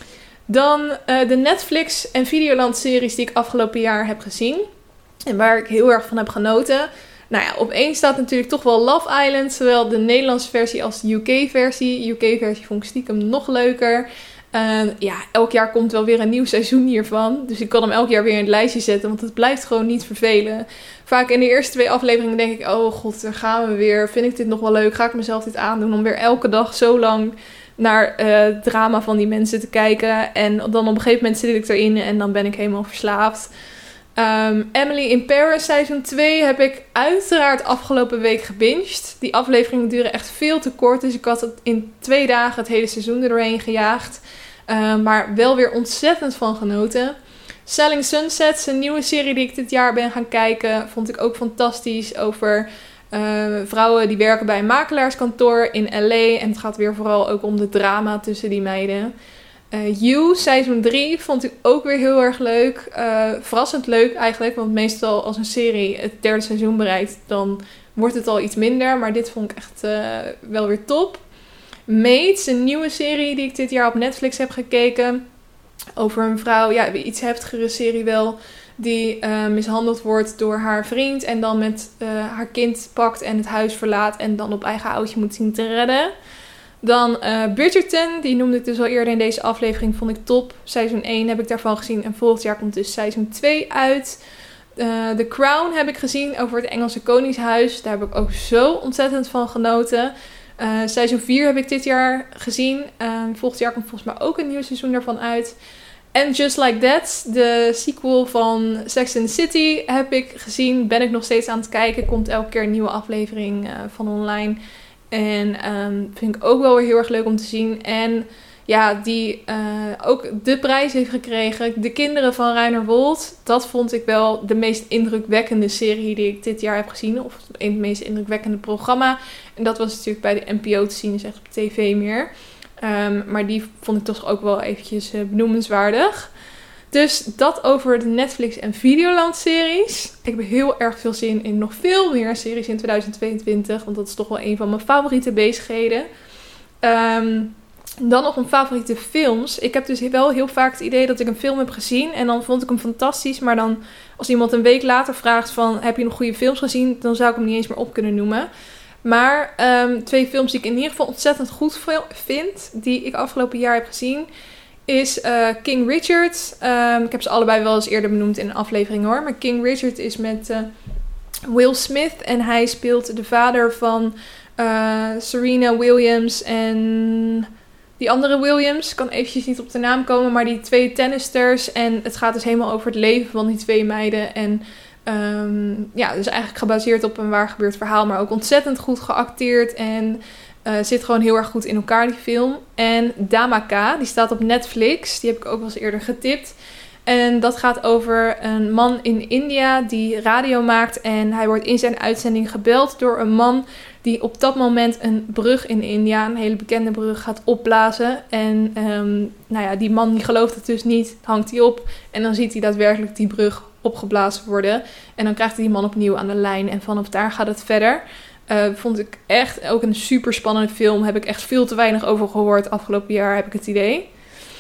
Dan uh, de Netflix en Videoland series die ik afgelopen jaar heb gezien. En waar ik heel erg van heb genoten. Nou ja, op één staat natuurlijk toch wel Love Island. Zowel de Nederlandse versie als de U K-versie. De U K-versie vond ik stiekem nog leuker. Uh, ja, elk jaar komt wel weer een nieuw seizoen hiervan. Dus ik kan hem elk jaar weer in het lijstje zetten. Want het blijft gewoon niet vervelen. Vaak in de eerste twee afleveringen denk ik, oh god, daar gaan we weer. Vind ik dit nog wel leuk? Ga ik mezelf dit aandoen om weer elke dag zo lang naar het uh, drama van die mensen te kijken. En dan op een gegeven moment zit ik erin en dan ben ik helemaal verslaafd. Um, Emily in Paris seizoen twee heb ik uiteraard afgelopen week gebinged. Die afleveringen duren echt veel te kort. Dus ik had het in twee dagen het hele seizoen er doorheen gejaagd. Uh, maar wel weer ontzettend van genoten. Selling Sunset, een nieuwe serie die ik dit jaar ben gaan kijken, vond ik ook fantastisch. Over uh, vrouwen die werken bij een makelaarskantoor in L A. En het gaat weer vooral ook om de drama tussen die meiden. Uh, You, seizoen drie, vond ik ook weer heel erg leuk. Uh, verrassend leuk eigenlijk, want meestal als een serie het derde seizoen bereikt, dan wordt het al iets minder. Maar dit vond ik echt uh, wel weer top. Mates, een nieuwe serie die ik dit jaar op Netflix heb gekeken. Over een vrouw, ja, iets heftigere serie wel, die uh, mishandeld wordt door haar vriend. En dan met uh, haar kind pakt en het huis verlaat en dan op eigen houtje moet zien te redden. Dan uh, Bridgerton, die noemde ik dus al eerder in deze aflevering, vond ik top. Seizoen één heb ik daarvan gezien en volgend jaar komt dus seizoen twee uit. Uh, The Crown heb ik gezien over het Engelse Koningshuis. Daar heb ik ook zo ontzettend van genoten. Uh, seizoen vier heb ik dit jaar gezien. Uh, volgend jaar komt volgens mij ook een nieuw seizoen daarvan uit. En Just Like That, de sequel van Sex and the City, heb ik gezien. Ben ik nog steeds aan het kijken. Komt elke keer een nieuwe aflevering uh, van online. En um, vind ik ook wel weer heel erg leuk om te zien. En ja, die uh, ook de prijs heeft gekregen. De Kinderen van Ruiner Wold. Dat vond ik wel de meest indrukwekkende serie die ik dit jaar heb gezien. Of het meest indrukwekkende programma. En dat was natuurlijk bij de N P O te zien, dus echt op tv meer. Um, maar die vond ik toch ook wel eventjes uh, benoemenswaardig. Dus dat over de Netflix en Videoland series. Ik heb heel erg veel zin in nog veel meer series in tweeduizend tweeëntwintig. Want dat is toch wel een van mijn favoriete bezigheden. Um, dan nog mijn favoriete films. Ik heb dus wel heel vaak het idee dat ik een film heb gezien. En dan vond ik hem fantastisch. Maar dan als iemand een week later vraagt van, heb je nog goede films gezien? Dan zou ik hem niet eens meer op kunnen noemen. Maar um, twee films die ik in ieder geval ontzettend goed vind. Die ik afgelopen jaar heb gezien. Is uh, King Richard. Um, ik heb ze allebei wel eens eerder benoemd in een aflevering hoor. Maar King Richard is met uh, Will Smith. En hij speelt de vader van uh, Serena Williams en die andere Williams. Ik kan eventjes niet op de naam komen. Maar die twee tennisters. En het gaat dus helemaal over het leven van die twee meiden. En um, ja, dus eigenlijk gebaseerd op een waar gebeurd verhaal. Maar ook ontzettend goed geacteerd. En Uh, zit gewoon heel erg goed in elkaar, die film. En Dhamaka, die staat op Netflix. Die heb ik ook wel eens eerder getipt. En dat gaat over een man in India die radio maakt. En hij wordt in zijn uitzending gebeld door een man die op dat moment een brug in India, een hele bekende brug, gaat opblazen. En um, nou ja, die man die gelooft het dus niet, hangt hij op. En dan ziet hij daadwerkelijk die brug opgeblazen worden. En dan krijgt hij die man opnieuw aan de lijn. En vanaf daar gaat het verder. Uh, vond ik echt ook een super spannende film. Heb ik echt veel te weinig over gehoord afgelopen jaar, heb ik het idee.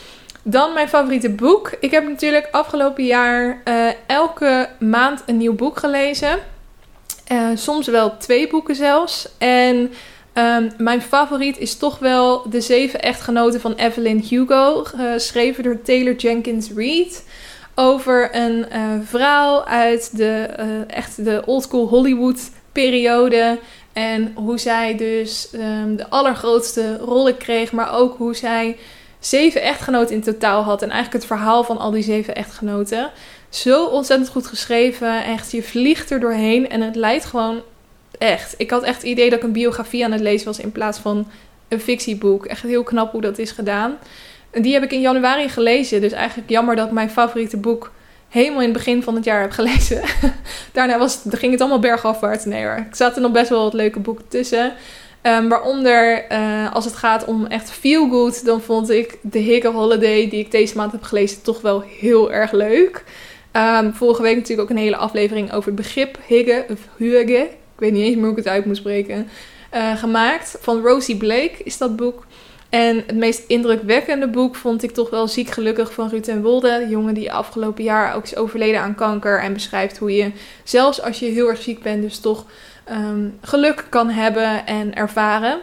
Dan mijn favoriete boek. Ik heb natuurlijk afgelopen jaar uh, elke maand een nieuw boek gelezen. Uh, soms wel twee boeken zelfs. En um, mijn favoriet is toch wel De Zeven Echtgenoten van Evelyn Hugo. Geschreven door Taylor Jenkins Reid. Over een uh, vrouw uit de, uh, echt de oldschool Hollywood periode. En hoe zij dus um, de allergrootste rollen kreeg. Maar ook hoe zij zeven echtgenoten in totaal had. En eigenlijk het verhaal van al die zeven echtgenoten. Zo ontzettend goed geschreven. Echt, je vliegt er doorheen. En het leidt gewoon echt. Ik had echt het idee dat ik een biografie aan het lezen was in plaats van een fictieboek. Echt heel knap hoe dat is gedaan. En die heb ik in januari gelezen. Dus eigenlijk jammer dat ik mijn favoriete boek helemaal in het begin van het jaar heb gelezen. Daarna was het, ging het allemaal bergafwaarts. Nee hoor. Er zaten nog best wel wat leuke boeken tussen. Um, waaronder, uh, als het gaat om echt feel good, dan vond ik The Higge Holiday, die ik deze maand heb gelezen, toch wel heel erg leuk. Um, vorige week natuurlijk ook een hele aflevering over het begrip higge, of huige, ik weet niet eens meer hoe ik het uit moet spreken, uh, gemaakt. Van Rosie Blake is dat boek. En het meest indrukwekkende boek vond ik toch wel Ziek Gelukkig van Ruud en Wolde. De jongen die afgelopen jaar ook is overleden aan kanker. En beschrijft hoe je, zelfs als je heel erg ziek bent, dus toch um, geluk kan hebben en ervaren.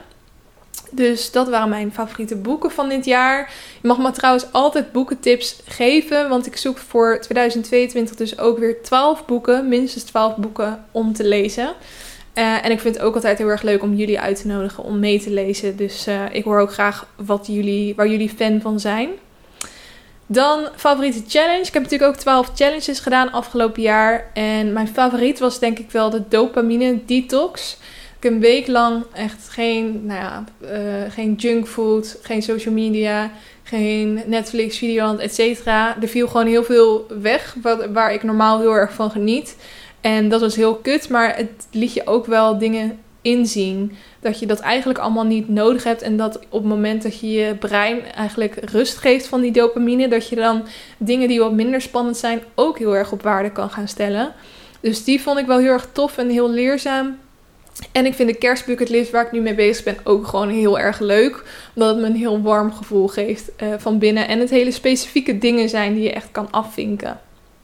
Dus dat waren mijn favoriete boeken van dit jaar. Je mag me trouwens altijd boekentips geven. Want ik zoek voor tweeduizend tweeëntwintig dus ook weer twaalf boeken. Minstens twaalf boeken om te lezen. Uh, en ik vind het ook altijd heel erg leuk om jullie uit te nodigen om mee te lezen. Dus uh, ik hoor ook graag wat jullie, waar jullie fan van zijn. Dan favoriete challenge. Ik heb natuurlijk ook twaalf challenges gedaan afgelopen jaar. En mijn favoriet was denk ik wel de dopamine detox. Ik heb een week lang echt geen, nou ja, uh, geen junkfood, geen social media, geen Netflix, Videoland, et cetera. Er viel gewoon heel veel weg wat, waar ik normaal heel erg van geniet. En dat was heel kut, maar het liet je ook wel dingen inzien. Dat je dat eigenlijk allemaal niet nodig hebt. En dat op het moment dat je je brein eigenlijk rust geeft van die dopamine, dat je dan dingen die wat minder spannend zijn ook heel erg op waarde kan gaan stellen. Dus die vond ik wel heel erg tof en heel leerzaam. En ik vind de kerstbucketlist waar ik nu mee bezig ben ook gewoon heel erg leuk. Omdat het me een heel warm gevoel geeft uh, van binnen. En het hele specifieke dingen zijn die je echt kan afvinken.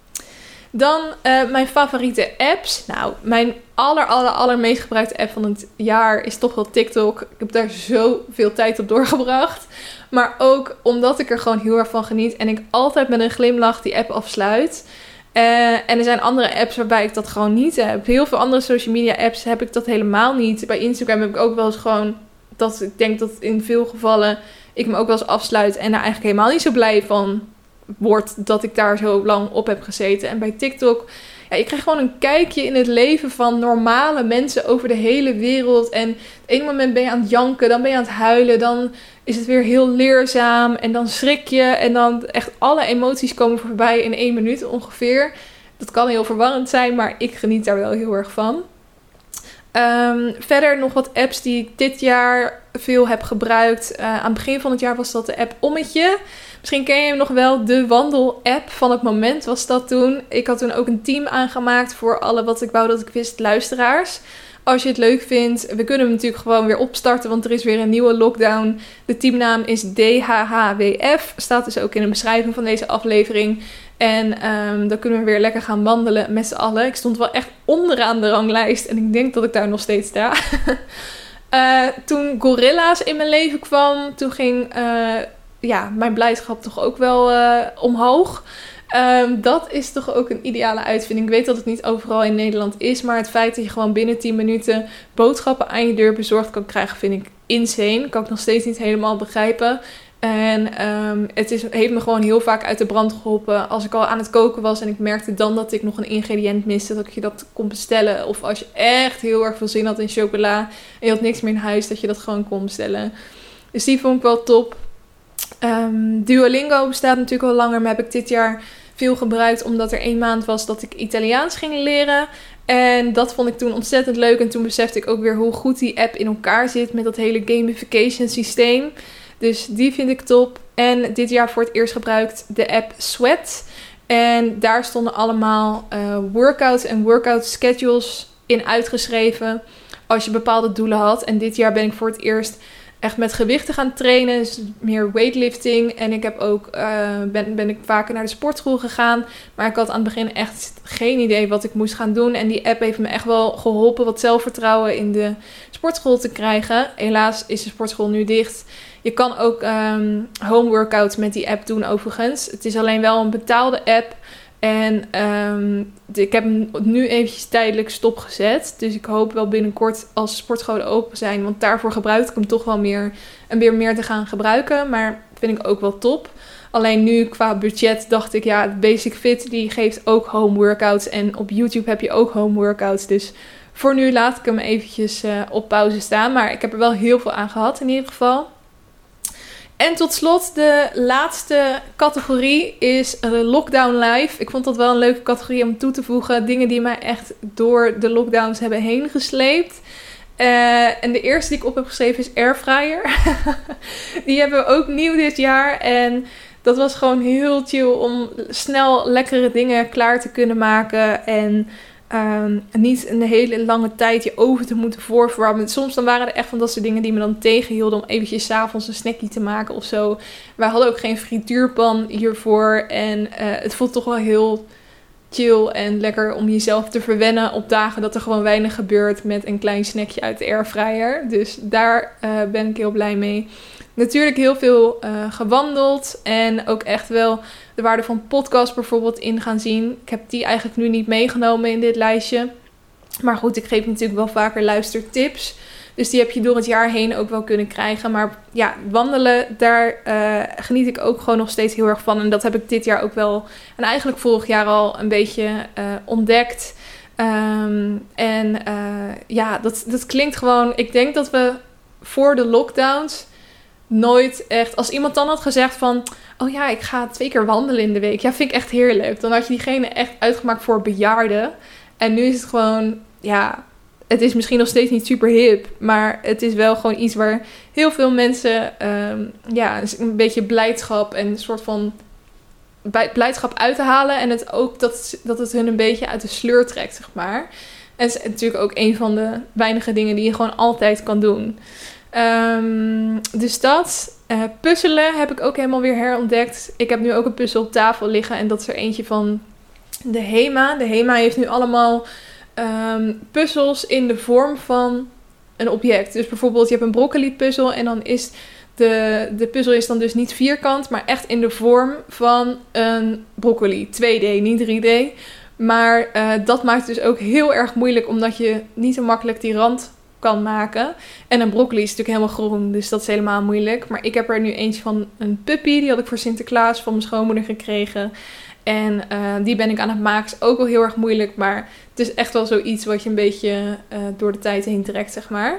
Dan uh, mijn favoriete apps. Nou, mijn aller, aller, aller meest gebruikte app van het jaar is toch wel TikTok. Ik heb daar zoveel tijd op doorgebracht. Maar ook omdat ik er gewoon heel erg van geniet. En ik altijd met een glimlach die app afsluit. Uh, en er zijn andere apps waarbij ik dat gewoon niet heb. Heel veel andere social media apps heb ik dat helemaal niet. Bij Instagram heb ik ook wel eens gewoon dat ik denk dat in veel gevallen ik me ook wel eens afsluit. En daar eigenlijk helemaal niet zo blij van wordt dat ik daar zo lang op heb gezeten. En bij TikTok, ja, je krijgt gewoon een kijkje in het leven van normale mensen over de hele wereld. En op het ene moment ben je aan het janken, dan ben je aan het huilen, dan is het weer heel leerzaam en dan schrik je en dan echt alle emoties komen voorbij in één minuut ongeveer. Dat kan heel verwarrend zijn, maar ik geniet daar wel heel erg van. Um, verder nog wat apps die ik dit jaar veel heb gebruikt. Uh, aan het begin van het jaar was dat de app Ommetje. Misschien ken je hem nog wel. De wandel-app van het moment was dat toen. Ik had toen ook een team aangemaakt voor alle wat ik wou dat ik wist luisteraars. Als je het leuk vindt, we kunnen hem natuurlijk gewoon weer opstarten, want er is weer een nieuwe lockdown. De teamnaam is D H H W F. Staat dus ook in de beschrijving van deze aflevering. En um, dan kunnen we weer lekker gaan wandelen met z'n allen. Ik stond wel echt onderaan de ranglijst en ik denk dat ik daar nog steeds sta. uh, toen Gorilla's in mijn leven kwam, toen ging uh, ja, mijn blijdschap toch ook wel uh, omhoog. Um, dat is toch ook een ideale uitvinding. Ik weet dat het niet overal in Nederland is, maar het feit dat je gewoon binnen tien minuten boodschappen aan je deur bezorgd kan krijgen, vind ik insane. Kan ik nog steeds niet helemaal begrijpen. En um, het is, heeft me gewoon heel vaak uit de brand geholpen. Als ik al aan het koken was en ik merkte dan dat ik nog een ingrediënt miste, dat je dat kon bestellen. Of als je echt heel erg veel zin had in chocola en je had niks meer in huis, dat je dat gewoon kon bestellen. Dus die vond ik wel top. Um, Duolingo bestaat natuurlijk al langer, maar heb ik dit jaar veel gebruikt omdat er één maand was dat ik Italiaans ging leren. En dat vond ik toen ontzettend leuk. En toen besefte ik ook weer hoe goed die app in elkaar zit met dat hele gamification systeem. Dus die vind ik top. En dit jaar voor het eerst gebruikt de app Sweat. En daar stonden allemaal uh, workouts en workout schedules in uitgeschreven als je bepaalde doelen had. En dit jaar ben ik voor het eerst echt met gewichten gaan trainen. Dus meer weightlifting. En ik heb ook, uh, ben, ben ik vaker naar de sportschool gegaan. Maar ik had aan het begin echt geen idee wat ik moest gaan doen. En die app heeft me echt wel geholpen wat zelfvertrouwen in de sportschool te krijgen. Helaas is de sportschool nu dicht. Je kan ook um, home workouts met die app doen overigens. Het is alleen wel een betaalde app. En um, ik heb hem nu eventjes tijdelijk stopgezet. Dus ik hoop wel binnenkort als de sportscholen open zijn. Want daarvoor gebruik ik hem toch wel meer. En weer meer te gaan gebruiken. Maar dat vind ik ook wel top. Alleen nu qua budget dacht ik, ja, Basic Fit die geeft ook home workouts. En op YouTube heb je ook home workouts. Dus voor nu laat ik hem eventjes uh, op pauze staan. Maar ik heb er wel heel veel aan gehad in ieder geval. En tot slot, de laatste categorie is Lockdown Live. Ik vond dat wel een leuke categorie om toe te voegen. Dingen die mij echt door de lockdowns hebben heen gesleept. Uh, en de eerste die ik op heb geschreven is Airfryer. Die hebben we ook nieuw dit jaar. En dat was gewoon heel chill om snel lekkere dingen klaar te kunnen maken. En Um, niet een hele lange tijd je oven te moeten voorverwarmen. Soms dan waren er echt van dat soort dingen die me dan tegenhielden om eventjes 's avonds een snackje te maken of zo. Wij hadden ook geen frituurpan hiervoor. En uh, het voelt toch wel heel chill en lekker om jezelf te verwennen op dagen dat er gewoon weinig gebeurt met een klein snackje uit de airfryer. Dus daar uh, ben ik heel blij mee. Natuurlijk heel veel uh, gewandeld en ook echt wel de waarde van podcast bijvoorbeeld in gaan zien. Ik heb die eigenlijk nu niet meegenomen in dit lijstje. Maar goed, ik geef natuurlijk wel vaker luistertips. Dus die heb je door het jaar heen ook wel kunnen krijgen. Maar ja, wandelen, daar uh, geniet ik ook gewoon nog steeds heel erg van. En dat heb ik dit jaar ook wel, en eigenlijk vorig jaar al een beetje uh, ontdekt. Um, en uh, ja, dat, dat klinkt gewoon. Ik denk dat we voor de lockdowns nooit echt, als iemand dan had gezegd van, oh ja, ik ga twee keer wandelen in de week. Ja, vind ik echt heerlijk. Dan had je diegene echt uitgemaakt voor bejaarden. En nu is het gewoon, ja, het is misschien nog steeds niet super hip, maar het is wel gewoon iets waar heel veel mensen, um, ja, een beetje blijdschap en een soort van blijdschap uit te halen. En het ook dat, dat het hun een beetje uit de sleur trekt, zeg maar. En het is natuurlijk ook een van de weinige dingen die je gewoon altijd kan doen. Um, dus dat. Uh, puzzelen heb ik ook helemaal weer herontdekt. Ik heb nu ook een puzzel op tafel liggen. En dat is er eentje van de HEMA. De HEMA heeft nu allemaal um, puzzels in de vorm van een object. Dus bijvoorbeeld je hebt een broccoli puzzel. En dan is de, de puzzel is dan dus niet vierkant. Maar echt in de vorm van een broccoli. twee D, niet drie D. Maar uh, dat maakt het dus ook heel erg moeilijk. Omdat je niet zo makkelijk die rand kan maken. En een broccoli is natuurlijk helemaal groen, dus dat is helemaal moeilijk. Maar ik heb er nu eentje van een puppy, die had ik voor Sinterklaas van mijn schoonmoeder gekregen. En uh, die ben ik aan het maken, is ook wel heel erg moeilijk, maar het is echt wel zoiets wat je een beetje uh, door de tijd heen trekt, zeg maar.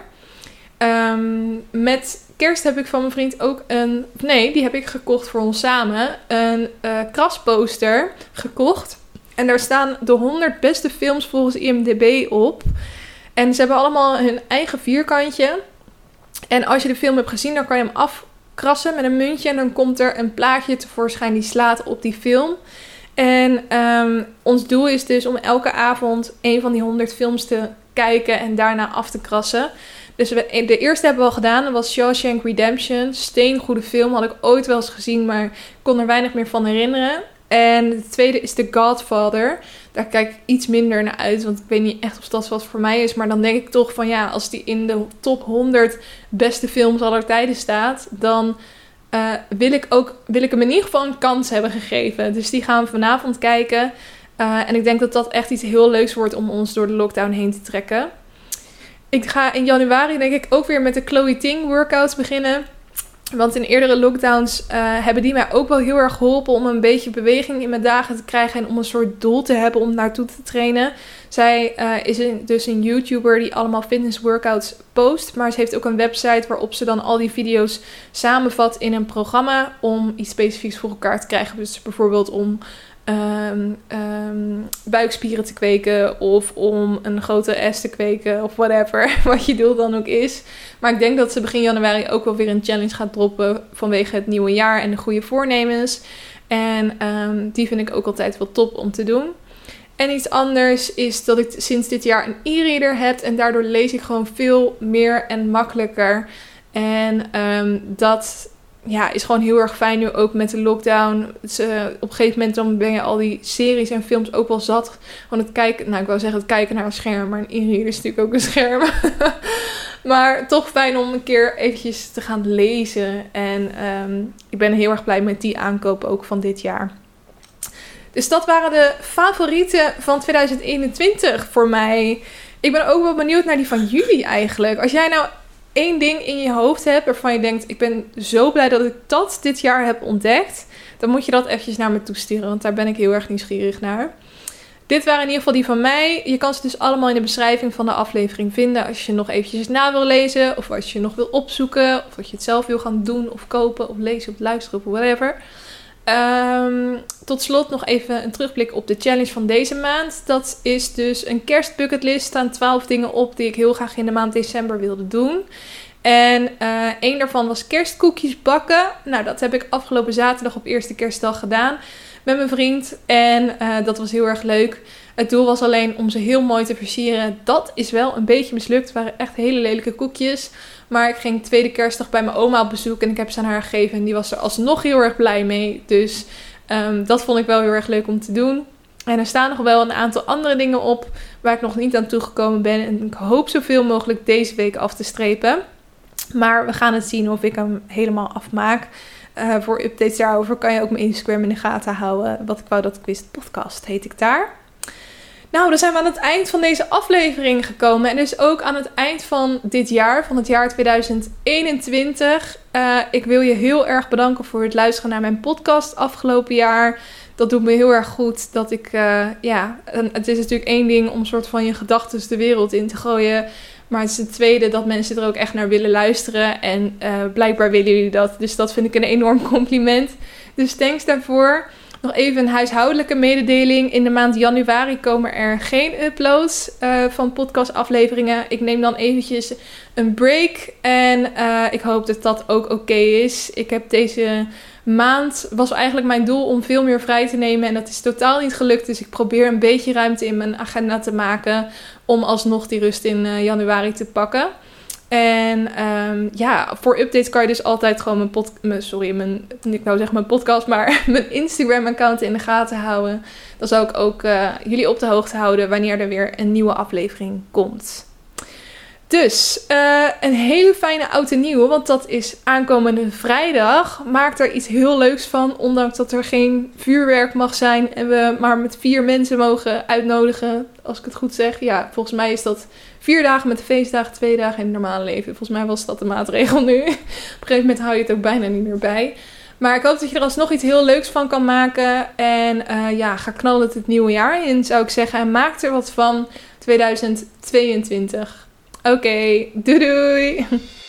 Um, met kerst heb ik van mijn vriend ook een, nee, die heb ik gekocht voor ons samen, een uh, krasposter gekocht. En daar staan de honderd beste films volgens I M D B op. En ze hebben allemaal hun eigen vierkantje. En als je de film hebt gezien, dan kan je hem afkrassen met een muntje. En dan komt er een plaatje tevoorschijn die slaat op die film. En um, ons doel is dus om elke avond een van die honderd films te kijken en daarna af te krassen. Dus we, de eerste hebben we al gedaan. Dat was Shawshank Redemption. Steengoede film. Had ik ooit wel eens gezien, maar ik kon er weinig meer van herinneren. En de tweede is The Godfather. Daar kijk ik iets minder naar uit, want ik weet niet echt of dat wat voor mij is. Maar dan denk ik toch van ja, als die in de top honderd beste films aller tijden staat, dan uh, wil ik ook wil ik hem in ieder geval een kans hebben gegeven. Dus die gaan we vanavond kijken. Uh, en ik denk dat dat echt iets heel leuks wordt om ons door de lockdown heen te trekken. Ik ga in januari denk ik ook weer met de Chloe Ting workouts beginnen. Want in eerdere lockdowns uh, hebben die mij ook wel heel erg geholpen om een beetje beweging in mijn dagen te krijgen. En om een soort doel te hebben om naartoe te trainen. Zij uh, is een, dus een YouTuber die allemaal fitness workouts post. Maar ze heeft ook een website waarop ze dan al die video's samenvat in een programma. Om iets specifieks voor elkaar te krijgen. Dus bijvoorbeeld om Um, um, buikspieren te kweken of om een grote S te kweken of whatever, wat je doel dan ook is. Maar ik denk dat ze begin januari ook wel weer een challenge gaat droppen vanwege het nieuwe jaar en de goede voornemens. En um, die vind ik ook altijd wel top om te doen. En iets anders is dat ik sinds dit jaar een e-reader heb en daardoor lees ik gewoon veel meer en makkelijker. En um, dat ja, is gewoon heel erg fijn nu ook met de lockdown. Dus, uh, op een gegeven moment dan ben je al die series en films ook wel zat. Van het kijken, nou ik wou zeggen het kijken naar een scherm. Maar een e-reader is natuurlijk ook een scherm. Maar toch fijn om een keer eventjes te gaan lezen. En um, ik ben heel erg blij met die aankoop ook van dit jaar. Dus dat waren de favorieten van tweeduizend eenentwintig voor mij. Ik ben ook wel benieuwd naar die van jullie eigenlijk. Als jij nou één ding in je hoofd hebt waarvan je denkt, ik ben zo blij dat ik dat dit jaar heb ontdekt, dan moet je dat eventjes naar me toesturen, want daar ben ik heel erg nieuwsgierig naar. Dit waren in ieder geval die van mij. Je kan ze dus allemaal in de beschrijving van de aflevering vinden als je nog eventjes na wil lezen, of als je nog wil opzoeken, of als je het zelf wil gaan doen, of kopen, of lezen, of luisteren, of whatever. Um, tot slot nog even een terugblik op de challenge van deze maand. Dat is dus een kerstbucketlist. Er staan twaalf dingen op die ik heel graag in de maand december wilde doen. En uh, één daarvan was kerstkoekjes bakken. Nou, dat heb ik afgelopen zaterdag op eerste kerstdag gedaan met mijn vriend. En uh, dat was heel erg leuk. Het doel was alleen om ze heel mooi te versieren. Dat is wel een beetje mislukt. Het waren echt hele lelijke koekjes. Maar ik ging tweede kerstdag bij mijn oma op bezoek en ik heb ze aan haar gegeven. En die was er alsnog heel erg blij mee. Dus um, dat vond ik wel heel erg leuk om te doen. En er staan nog wel een aantal andere dingen op waar ik nog niet aan toegekomen ben. En ik hoop zoveel mogelijk deze week af te strepen. Maar we gaan het zien of ik hem helemaal afmaak. Uh, voor updates daarover kan je ook mijn Instagram in de gaten houden. Wat ik wou dat ik wist, podcast heet ik daar. Nou, dan zijn we aan het eind van deze aflevering gekomen. En dus ook aan het eind van dit jaar, van het jaar tweeduizend eenentwintig. Uh, ik wil je heel erg bedanken voor het luisteren naar mijn podcast afgelopen jaar. Dat doet me heel erg goed. Dat ik, uh, ja, het is natuurlijk één ding om een soort van je gedachten de wereld in te gooien. Maar het is het tweede dat mensen er ook echt naar willen luisteren. En uh, blijkbaar willen jullie dat. Dus dat vind ik een enorm compliment. Dus thanks daarvoor. Nog even een huishoudelijke mededeling. In de maand januari komen er geen uploads uh, van podcastafleveringen. Ik neem dan eventjes een break. En uh, ik hoop dat dat ook oké okay is. Ik heb deze maand, was eigenlijk mijn doel om veel meer vrij te nemen. En dat is totaal niet gelukt. Dus ik probeer een beetje ruimte in mijn agenda te maken. Om alsnog die rust in uh, januari te pakken. En um, ja, voor updates kan je dus altijd gewoon mijn, pod- mijn sorry, mijn, ik wou zeggen mijn podcast, maar mijn Instagram account in de gaten houden. Dan zal ik ook uh, jullie op de hoogte houden wanneer er weer een nieuwe aflevering komt. Dus uh, een hele fijne oud en nieuw, want dat is aankomende vrijdag. Maak er iets heel leuks van, ondanks dat er geen vuurwerk mag zijn en we maar met vier mensen mogen uitnodigen, als ik het goed zeg. Ja, volgens mij is dat vier dagen met de feestdagen, twee dagen in het normale leven. Volgens mij was dat de maatregel nu. Op een gegeven moment hou je het ook bijna niet meer bij. Maar ik hoop dat je er alsnog iets heel leuks van kan maken. En uh, ja, ga knallen het nieuwe jaar in, zou ik zeggen. En maak er wat van tweeduizend tweeëntwintig. Oké, okay, doei doei!